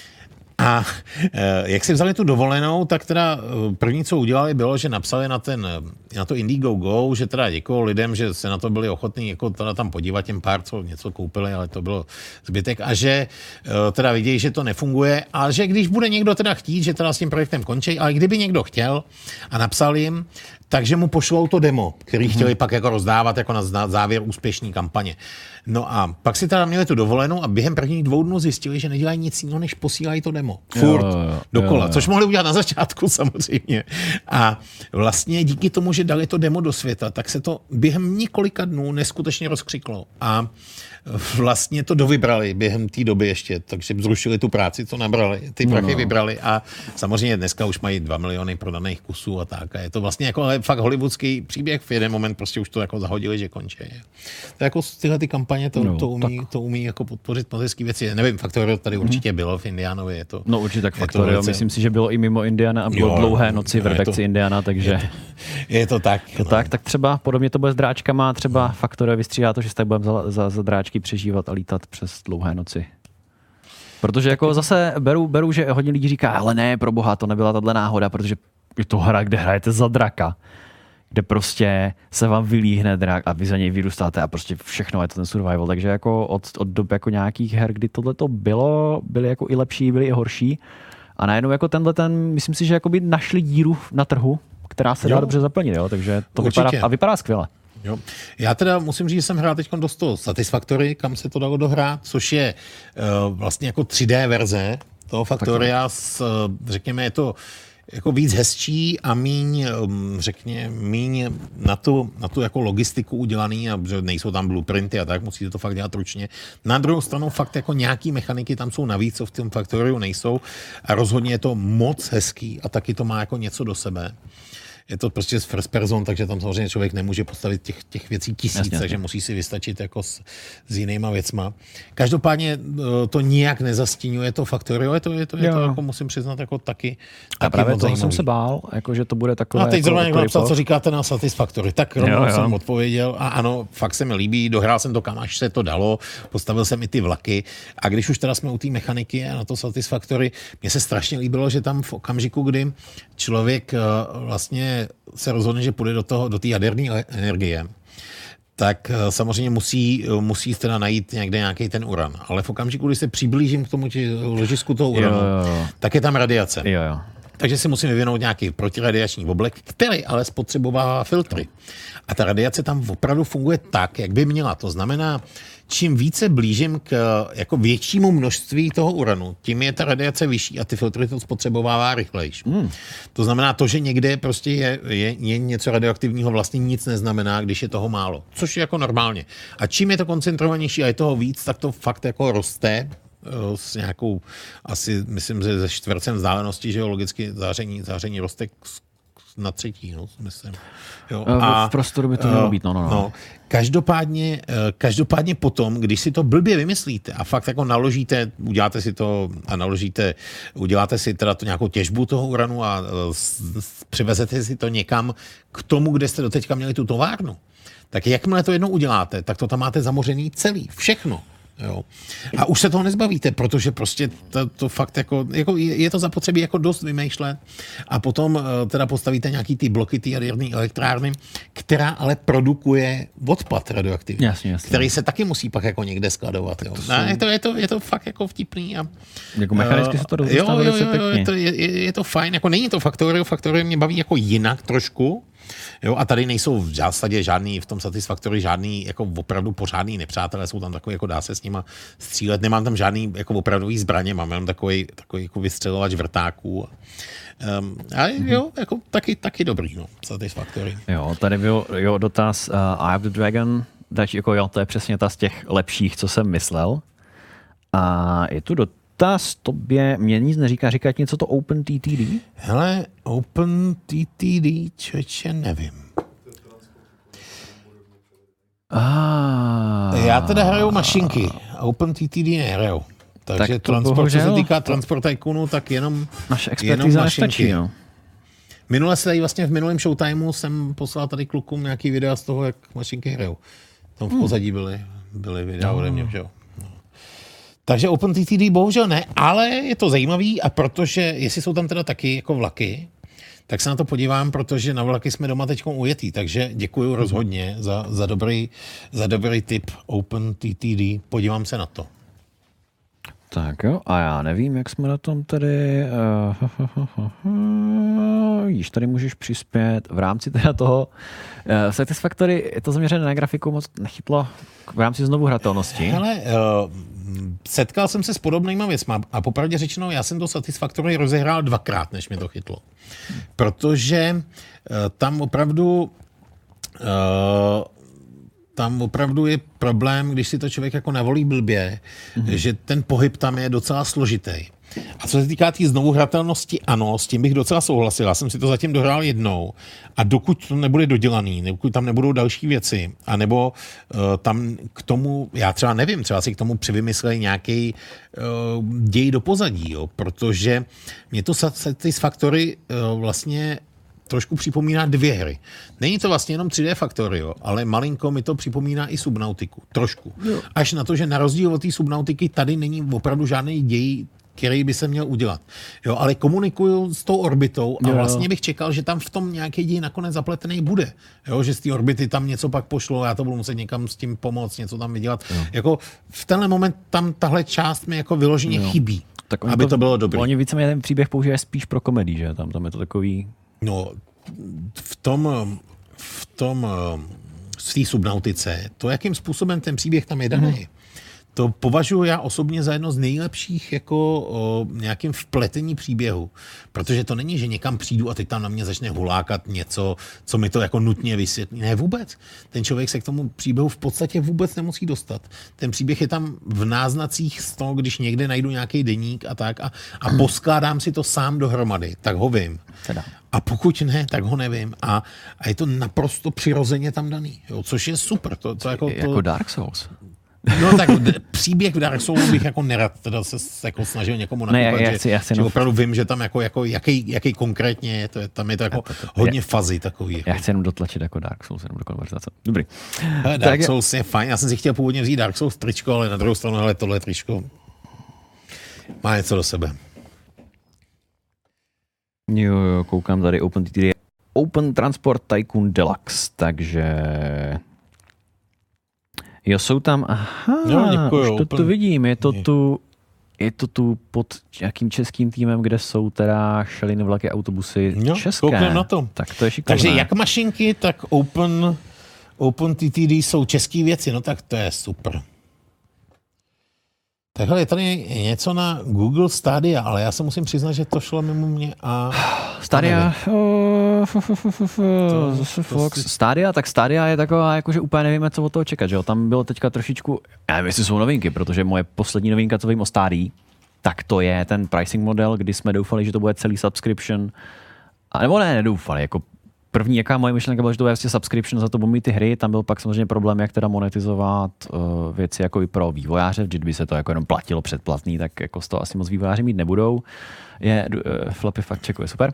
A jak si vzali tu dovolenou, tak teda první, co udělali, bylo, že napsali na to Indiegogo, že teda děkují lidem, že se na to byli ochotní jako teda tam podívat těm pár, co něco koupili, ale to bylo zbytek a že teda vidějí, že to nefunguje a že když bude někdo teda chtít, že teda s tím projektem končí, ale kdyby někdo chtěl a napsal jim, takže mu pošlou to demo, který chtěli pak jako rozdávat jako na závěr úspěšné kampaně. No a pak si teda měli tu dovolenou a během prvních 2 dnů zjistili, že nedělají nic jiného, než posílají to demo. Furt dokola, což mohli udělat na začátku samozřejmě. A vlastně díky tomu, že dali to demo do světa, tak se to během několika dnů neskutečně rozkřiklo. A vlastně to dovybrali během té doby ještě, takže zrušili tu práci, co nabrali, ty prachy vybrali a samozřejmě dneska už mají 2 miliony prodaných kusů a tak. A je to vlastně jako fakt hollywoodský příběh, v jeden moment prostě už to jako zahodili, že končí. To jako tyhle ty kampaně to umí jako podpořit moc věci. Nevím, Factorio tady určitě bylo v Indianovi. Je to, no určitě tak Factorio, myslím si, že bylo i mimo Indiana a bylo dlouhé noci v redakci Indiana, takže... Je to tak. Tak třeba podobně to bude s dráčkama, třeba Factorio vystříhá to, že se tak budeme za dráčky přežívat a lítat přes dlouhé noci. Protože jako zase beru, že hodně lidí říká, ale ne, pro boha, to nebyla tato náhoda, protože je to hra, kde hrajete za draka, kde prostě se vám vylíhne drak a vy za něj vyrůstáte a prostě všechno je to ten survival. Takže jako od dob jako nějakých her, kdy tohleto byly jako i lepší, byly i horší. A najednou jako myslím si, že jakoby našli díru na trhu, která se dá dobře zaplnit, jo? Takže to vypadá skvěle. Jo. Já teda musím říct, že jsem hrál teď dost to Satisfactory, kam se to dalo dohrát, což je vlastně jako 3D verze toho Factoria, řekněme, je to jako víc hezčí a míň na tu jako logistiku udělaný, a že nejsou tam blueprinty a tak, musíte to fakt dělat ručně. Na druhou stranu fakt jako nějaký mechaniky tam jsou navíc, co v tom Factoriu nejsou a rozhodně je to moc hezký a taky to má jako něco do sebe. Je to prostě z first person, takže tam samozřejmě člověk nemůže postavit těch věcí 1000, takže musí si vystačit jako s jinýma věcma. Každopádně to nijak nezastínuje to Factorio, je to jako musím přiznat jako taky a právě toho jsem se bál, jako, že to bude takové... A teď zrovna někdo napsal, co říkáte na Satisfactory, tak rovnou jsem odpověděl a ano, fakt se mi líbí, dohrál jsem to kam až se to dalo, postavil jsem i ty vlaky a když už teda jsme u té mechaniky a na to Satisfactory, mně se strašně líbilo, že tam v okamžiku, kdy člověk vlastně se rozhodne, že půjde do té jaderné energie, tak samozřejmě musí teda najít někde nějaký ten uran. Ale v okamžiku, kdy se přiblížím k tomu ložisku toho uranu, tak je tam radiace. Takže si musím vyvinout nějaký protiradiační oblek, který ale spotřebovává filtry. A ta radiace tam opravdu funguje tak, jak by měla. To znamená, čím více blížím k jako většímu množství toho uranu, tím je ta radiace vyšší a ty filtry to spotřebovává rychlejší. To znamená, to, že někde prostě je něco radioaktivního, vlastně nic neznamená, když je toho málo. Což je jako normálně. A čím je to koncentrovanější a je toho víc, tak to fakt jako roste s nějakou, asi myslím, že ze čtvrtcem vzdálenosti, že jo, logicky záření roste na třetí, myslím. Jo. A v prostoru by to mělo být, no. Každopádně potom, když si to blbě vymyslíte a fakt jako naložíte, uděláte si teda to nějakou těžbu toho uranu a přivezete si to někam k tomu, kde jste doteďka měli tu továrnu, tak jakmile to jednou uděláte, tak to tam máte zamořený celý, všechno. Jo. A už se toho nezbavíte, protože prostě to fakt jako je to zapotřebí jako dost vymýšlet a potom teda postavíte nějaký ty bloky, ty jaderné elektrárny, která ale produkuje odpad radioaktivní, jasně. který se taky musí pak jako někde skladovat. Jo. Je to fakt jako vtipný. A, jako mechanicky se to rozdělá velice pěkně. Je to fajn, jako není to Factorio mě baví jako jinak trošku, Jo, a tady nejsou v zásadě žádný, v tom Satisfactory žádný jako opravdu pořádný nepřátelé, jsou tam takový, jako dá se s nima střílet, nemám tam žádný jako opravdový zbraně, mám jenom takový jako vystřelovač vrtáků. A jo, jako taky dobrý, no, Satisfactory. Jo, tady byl dotaz Eye of the Dragon, takže jako jo, to je přesně ta z těch lepších, co jsem myslel. A je tu dotaz, tobě mě nic neříká, říkat něco to OpenTTD? Hele, OpenTTD, člověče, nevím. Já teda hraju mašinky, OpenTTD nehraju. Takže tak transport, co se týká Transport Tycoonu, tak jenom naše expertíza nestačí, no. Minule se tady vlastně v minulém showtimeu jsem poslal tady klukům nějaký videa z toho, jak mašinky hrajou. Tam v pozadí byly videa ode mě, že jo. No. Takže OpenTTD bohužel ne, ale je to zajímavý a protože, jestli jsou tam teda taky jako vlaky, tak se na to podívám, protože na vlaky jsme doma teď ujetý, takže děkuju rozhodně za dobrý tip OpenTTD, podívám se na to. Tak jo, a já nevím, jak jsme na tom tady. Již tady můžeš přispět v rámci teda toho. Satisfactory, je to zaměřené na grafiku, moc nechytlo v rámci znovu hratelnosti. Hele, setkal jsem se s podobnýma věcma a popravdě řečeno, já jsem to Satisfactory rozehrál 2krát, než mě to chytlo. Protože tam opravdu je problém, když si to člověk jako navolí blbě, že ten pohyb tam je docela složitý. A co se týká té znovuhratelnosti, ano, s tím bych docela souhlasil. Já jsem si to zatím dohrál jednou a dokud to nebude dodělaný, dokud tam nebudou další věci, anebo tam k tomu, já třeba nevím, třeba si k tomu přivymysleli nějaký děj do pozadí, jo, protože mě to Satisfactory vlastně trošku připomíná 2 hry. Není to vlastně jenom 3D Factorio, ale malinko mi to připomíná i Subnautiku. Trošku. Jo. Až na to, že na rozdíl od té Subnautiky tady není opravdu žádný děj, který by se měl udělat. Jo, ale komunikuju s tou orbitou a vlastně bych čekal, že tam v tom nějaký děj nakonec zapletený bude. Jo, že z té orbity tam něco pak pošlo, já to budu muset někam s tím pomoct, něco tam vydělat. Jo. Jako v tenhle moment tam tahle část mi jako vyloženě chybí, tak aby to bylo dobré. Oni víceméně ten příběh používají spíš pro komedii, že? Tam je to takový... No, v té Subnautice, to, jakým způsobem ten příběh tam je daný, to považuji já osobně za jedno z nejlepších jako nějakým vpletení příběhu. Protože to není, že někam přijdu a teď tam na mě začne hulákat něco, co mi to jako nutně vysvětlí. Ne, vůbec. Ten člověk se k tomu příběhu v podstatě vůbec nemusí dostat. Ten příběh je tam v náznacích z toho, když někde najdu nějaký deník a tak a poskládám si to sám dohromady, tak ho vím. Teda. A pokud ne, tak ho nevím. A je to naprosto přirozeně tam daný. Jo, což je super. To jako Dark Souls. No tak příběh v Dark Souls bych jako nerad teda se jako snažil někomu nakoukat, že opravdu vím, že tam jako jaký konkrétně je, tam je to jako hodně fuzzy takový. Já chci jenom dotlačit jako Dark Souls, jenom do konverzace. Dobrý. Dark Souls je fajn, já jsem si chtěl původně vzít Dark Souls tričko, ale na druhou stranu, hele, tohle tričko má něco do sebe. Jo, koukám tady OpenTTD. Open Transport Tycoon Deluxe, takže... Jo, jsou tam, už to tu vidím, je to tu pod nějakým českým týmem, kde jsou teda šeliny, vlaky, autobusy české. Koukneme na to. Tak to je šikovné. Takže jak mašinky, tak OpenTTD jsou české věci, no tak to je super. Takhle je tady něco na Google Stadia, ale já se musím přiznat, že to šlo mimo mě a... Stadia, Stadia je taková, jakože úplně nevíme, co od toho čekat, že jo? Tam bylo teďka trošičku, já nevím, jestli jsou novinky, protože moje poslední novinka, co vím o Stadii, tak to je ten pricing model, kdy jsme doufali, že to bude celý subscription, a nebo nedoufali, jako první, jaká moje myšlenka byla, že to bude vlastně subscription, za to budou mít ty hry, tam byl pak samozřejmě problém, jak teda monetizovat věci jako i pro vývojáře, vždyť by se to jako jenom platilo předplatný, tak jako z toho asi moc vývojáři mít nebudou. Flappy fact checkuje, super.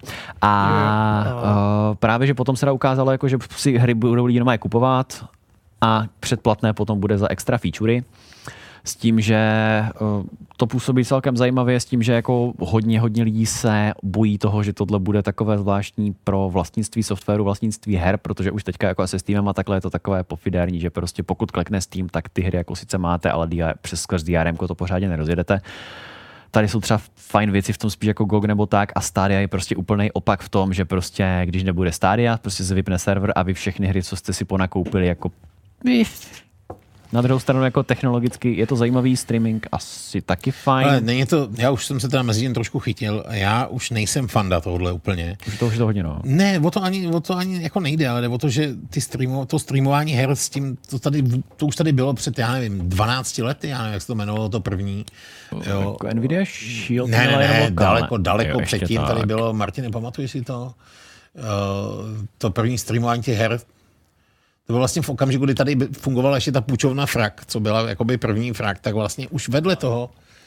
A právě, že potom se ukázalo, jako, že si hry budou lidi normálně kupovat a předplatné potom bude za extra featurey. S tím, že to působí celkem zajímavě, s tím, že jako hodně lidí se bojí toho, že tohle bude takové zvláštní pro vlastnictví softwaru, vlastnictví her, protože už teďka jako se Steamem a takhle je to takové pofidérní, že prostě pokud klikne Steam, tak ty hry jako sice máte, ale skrz DRM to pořádně nerozjedete. tady jsou třeba fajn věci v tom spíš jako GOG nebo tak a Stadia je prostě úplný opak v tom, že prostě když nebude Stadia, prostě se vypne server a vy všechny hry, co jste si ponakoupili, jako na druhou stranu jako technologicky je to zajímavý, streaming asi taky fajn. Ale není to, já už jsem se teda mezi tím trošku chytil, já už nejsem fanda tohle úplně. Už to hodně, no. Ne, o to ani jako nejde, ale jde o to, že to streamování her s tím, to už tady bylo před, já nevím, 12 lety, já nevím, jak se to jmenovalo, to první. Jo. Jako Nvidia Shield? Ne, daleko předtím tak. Tady bylo, Martin, nepamatuješ si to? To první streamování těch her, to bylo vlastně v okamžiku, kdy tady fungovala ještě ta půjčovna Frak, co byla jakoby první Frak, tak vlastně už vedle toho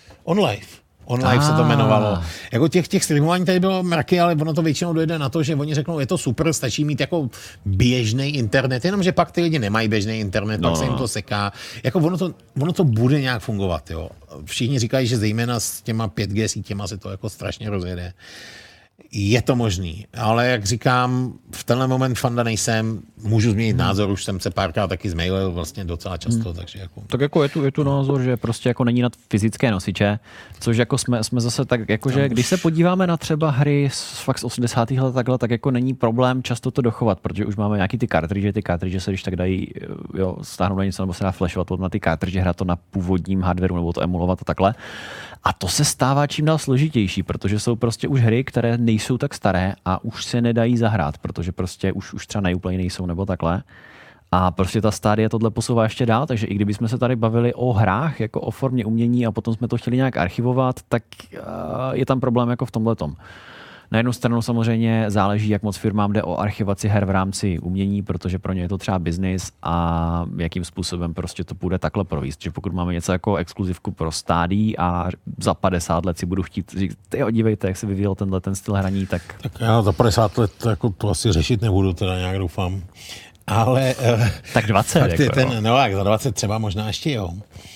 OnLive se to jmenovalo. Jako těch streamování tady bylo mraky, ale ono to většinou dojde na to, že oni řeknou, je to super, stačí mít jako běžný internet, jenomže pak ty lidi nemají běžný internet, pak se jim to seká. Jako ono to bude nějak fungovat, jo. Všichni říkají, že zejména s těma 5G sítěma se to jako strašně rozjede. Je to možný, ale jak říkám, v tenhle moment fanda nejsem, můžu změnit názor, už jsem se párkrát taky zmailil vlastně docela často, takže jako... Tak jako je tu názor, že prostě jako není nad fyzické nosiče, což jako jsme zase tak, jakože když se podíváme na třeba hry fakt z 80. let takhle, tak jako není problém často to dochovat, protože už máme nějaký ty cartridge se když tak dají stáhnout na něco, nebo se dá flashovat na ty cartridge, hrát to na původním hardwareu nebo to emulovat a takhle. A to se stává čím dál složitější, protože jsou prostě už hry, které nejsou tak staré a už se nedají zahrát, protože prostě už třeba na Uplay nejsou nebo takhle. A prostě ta Stadia tohle posouvá ještě dál, takže i kdybychom se tady bavili o hrách, jako o formě umění a potom jsme to chtěli nějak archivovat, tak je tam problém jako v tomhletom. Na jednu stranu samozřejmě záleží, jak moc firmám jde o archivaci her v rámci umění, protože pro ně je to třeba biznis a jakým způsobem prostě to půjde takhle provést. Že pokud máme něco jako exkluzivku pro Stadii a za 50 let si budu chtít říct, dívejte, jak se vyvíjel ten styl hraní, tak já za 50 let jako to asi řešit nebudu, teda nějak doufám. Ale... tak 20. Fakt jako, jak za 20 třeba možná ještě jo.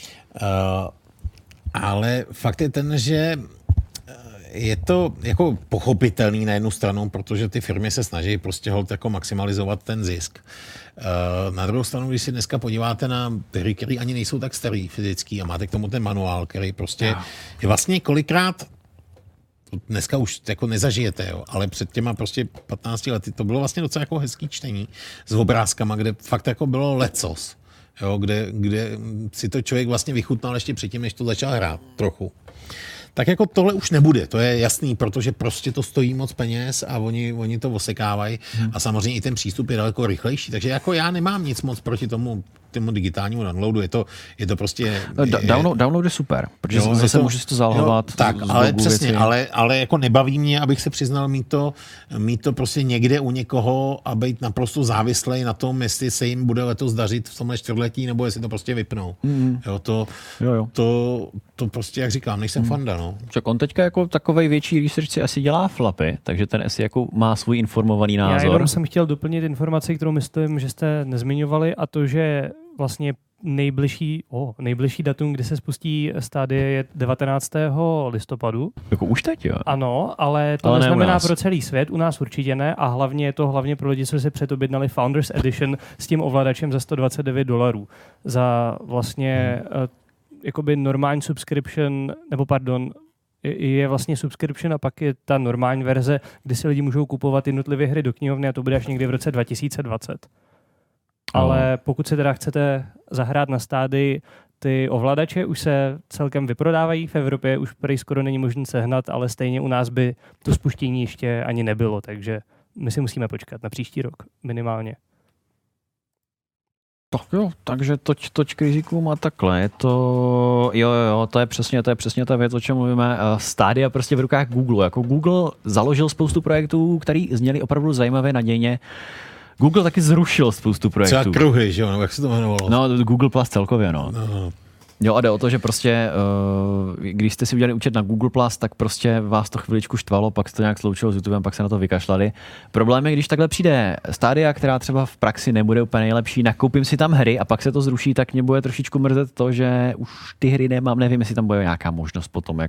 Ale fakt je ten, že je to jako pochopitelný na jednu stranu, protože ty firmy se snaží prostě holt jako maximalizovat ten zisk. Na druhou stranu, když si dneska podíváte na hry, které ani nejsou tak starý fyzický a máte k tomu ten manuál, který prostě je vlastně kolikrát dneska už jako nezažijete, jo, ale před těma prostě 15 lety to bylo vlastně docela jako hezký čtení s obrázkama, kde fakt jako bylo lecos, jo, kde si to člověk vlastně vychutnal ještě předtím, než to začal hrát trochu. Tak jako tohle už nebude, to je jasný, protože prostě to stojí moc peněz a oni to osekávají a samozřejmě i ten přístup je daleko rychlejší, takže jako já nemám nic moc proti tomu digitálnímu downloadu, je to prostě... Download je super, protože zase můžu si to zálohovat. Tak, ale přesně, ale jako nebaví mě, abych se přiznal mít to prostě někde u někoho a být naprosto závislej na tom, jestli se jim bude letos dařit v tomhle čtvrtletí, nebo jestli to prostě vypnou. To prostě, jak říkám, nejsem fanda, no. Čak on teďka jako takovej větší research si asi dělá flapy, takže ten asi jako má svůj informovaný názor. Já jenom jsem chtěl doplnit informaci, kterou myslím, že jste nezmiňovali, a to, že vlastně nejbližší datum, kdy se spustí Stadia, je 19. listopadu. Jako už teď, jo? Ano, ale to neznamená pro celý svět, u nás určitě ne, a hlavně je to pro lidi, co si předobjednali Founders Edition s tím ovladačem za $129 za vlastně jakoby normální subscription, nebo pardon, je vlastně subscription a pak je ta normální verze, kdy si lidi můžou kupovat jednotlivé hry do knihovny a to bude až někdy v roce 2020. Ale pokud se teda chcete zahrát na Stadii, ty ovladače už se celkem vyprodávají v Evropě, už prej skoro není možné sehnat, ale stejně u nás by to spuštění ještě ani nebylo, takže my si musíme počkat na příští rok minimálně. Tak jo, takže toť k rizikům a takhle. Je to, to je přesně ta věc, o čem mluvíme. Stadia prostě v rukách Google. Jako Google založil spoustu projektů, který zněly opravdu zajímavě, nadějně. Google taky zrušil spoustu projektů. Třeba kruhy, že jo, nebo jak se to jmenovalo? No, Google Plus celkově, no. Jo, a jde o to, že prostě, když jste si udělali účet na Google Plus, tak prostě vás to chviličku štvalo, pak se to nějak sloučilo s YouTubem, pak se na to vykašlali. Problém je, když takhle přijde Stadia, která třeba v praxi nebude úplně nejlepší, nakoupím si tam hry a pak se to zruší, tak mě bude trošičku mrzet to, že už ty hry nemám, nevím, jestli tam bude nějaká možnost potom jako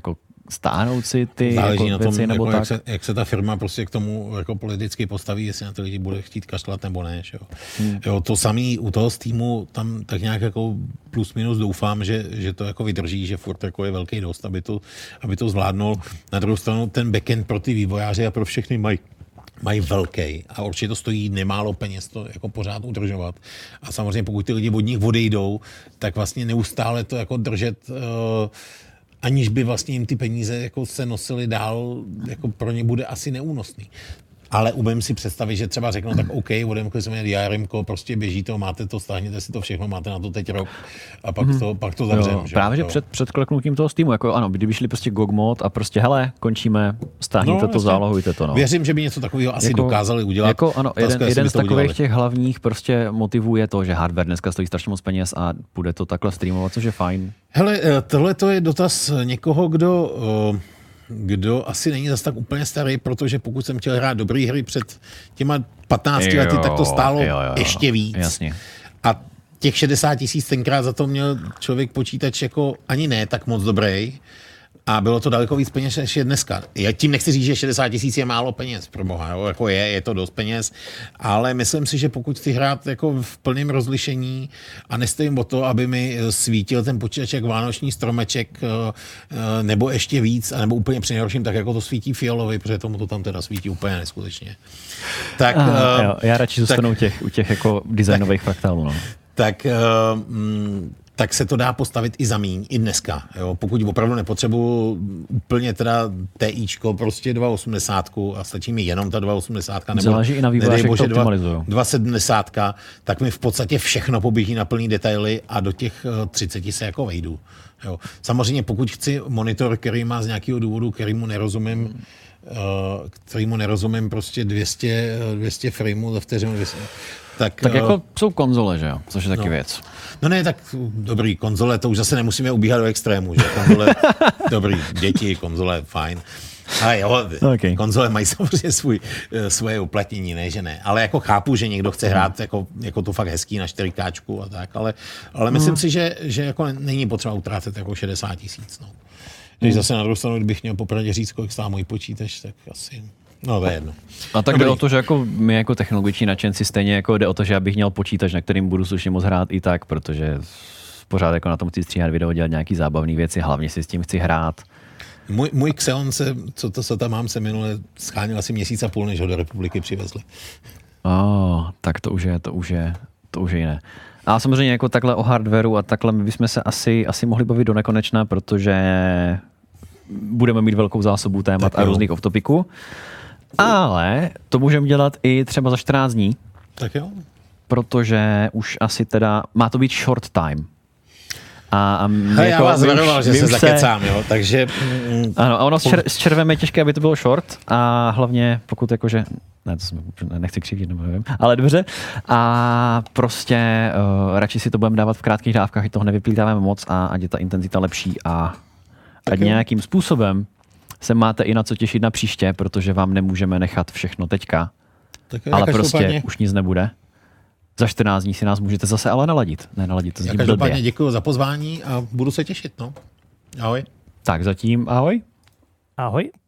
stáhnout si ty záleží jako na tom, věci, nebo jako tak. jak se ta firma prostě k tomu jako politicky postaví, jestli na ty lidi bude chtít kašlat nebo ne. Jo. Jo, to samý u toho Steamu, tam tak nějak jako plus minus doufám, že to jako vydrží, že furt jako je velký dost, aby to zvládnul. Na druhou stranu ten backend pro ty vývojáře a pro všechny mají velký a určitě to stojí nemálo peněz to jako pořád udržovat. A samozřejmě pokud ty lidi od nich odejdou, tak vlastně neustále to jako držet, aniž by vlastně jim ty peníze jako se nosily dál, jako pro ně bude asi neúnosný. Ale umím si představit, že třeba řeknou tak OK, odemkli jsme DRMko, prostě běží to, máte to, stáhněte si to všechno, máte na to teď rok a pak to zavřeme. Právě, že před kleknutím toho Steamu, jako ano, kdyby šli prostě GOG mod a prostě hele, končíme, stáhněte to, zálohujte to. No. Věřím, že by něco takového asi jako, dokázali udělat. Jako, ano, jeden z takových těch hlavních prostě motivů je to, že hardware dneska stojí strašně moc peněz a bude to takhle streamovat, což je fajn. Hele, tohle to je dotaz někoho, kdo asi není zas tak úplně starý, protože pokud jsem chtěl hrát dobrý hry před těma 15 lety, tak to stálo ještě víc. Jasně. A těch 60 000 tenkrát za to měl člověk počítač jako ani ne tak moc dobrý. A bylo to daleko víc peněz, než je dneska. Já tím nechci říct, že 60 000 je málo peněz, pro boha, jo? Jako je to dost peněz, ale myslím si, že pokud chci hrát jako v plném rozlišení a nestojím o to, aby mi svítil ten počítač jak vánoční stromeček, nebo ještě víc, nebo úplně přinejhorším, tak jako to svítí fialovi, protože tomu to tam teda svítí úplně neskutečně. Tak, jo, já radši zůstanu u těch jako designových fraktálů. No. Tak se to dá postavit i za míň, i dneska. Jo? Pokud opravdu nepotřebuji úplně teda TIčko, prostě 280 a stačí mi jenom ta 280, nebo záleží i na vývojářích, to optimalizují. 270, tak mi v podstatě všechno poběží na plný detaily a do těch 30 se jako vejdu. Jo? Samozřejmě pokud chci monitor, který má z nějakého důvodu, kterýmu nerozumím prostě 200 frameů za vteřinu, tak jako jsou konzole, že jo? Což je taky věc. No ne, tak dobrý, konzole, to už zase nemusíme ubíhat do extrému, že? Konzole, dobrý, děti, konzole, fajn. Ale jo, okay. Konzole mají samozřejmě svoje uplatnění, ne, že ne. Ale jako chápu, že někdo chce hrát jako to fakt hezký na 4K a tak, ale myslím si, že jako není potřeba utrácet jako 60 000, no. Když zase na druhou stranu, kdybych měl popravdě říct, kolik stál můj počítač, tak asi... No, to je jedno. A tak jde o to, že jako my jako technologiční nadšenci stejně jako jde o to, že já bych měl počítač, na kterým budu slušně moc hrát i tak, protože pořád jako na tom chci stříhat video, dělat nějaký zábavné věci, hlavně si s tím chci hrát. Můj Xeon co tam mám, se minule schánil asi měsíc a půl, než ho do republiky přivezli. Tak to už je jiné. A samozřejmě jako takhle o hardwareu a takhle my bychom se asi mohli bavit do nekonečna, protože budeme mít velkou zásobu témat a různých off-topiků. Ale to můžeme dělat i třeba za 14 dní. Tak jo. Protože už asi teda, má to být short time. A jako, já vás varoval, že se zakecám, jo, takže... Ano, a ono s červem je těžké, aby to bylo short a hlavně pokud jakože, ne, to nechci křivdit, nebo nevím, ale dobře. A prostě radši si to budeme dávat v krátkých dávkách, toho nevyplýtáváme moc a ať je ta intenzita lepší a ať nějakým způsobem se máte i na co těšit na příště, protože vám nemůžeme nechat všechno teďka, ale prostě už nic nebude. Za 14 dní si nás můžete zase ale naladit. To zní každopádně děkuji za pozvání a budu se těšit. No. Ahoj. Tak zatím ahoj. Ahoj.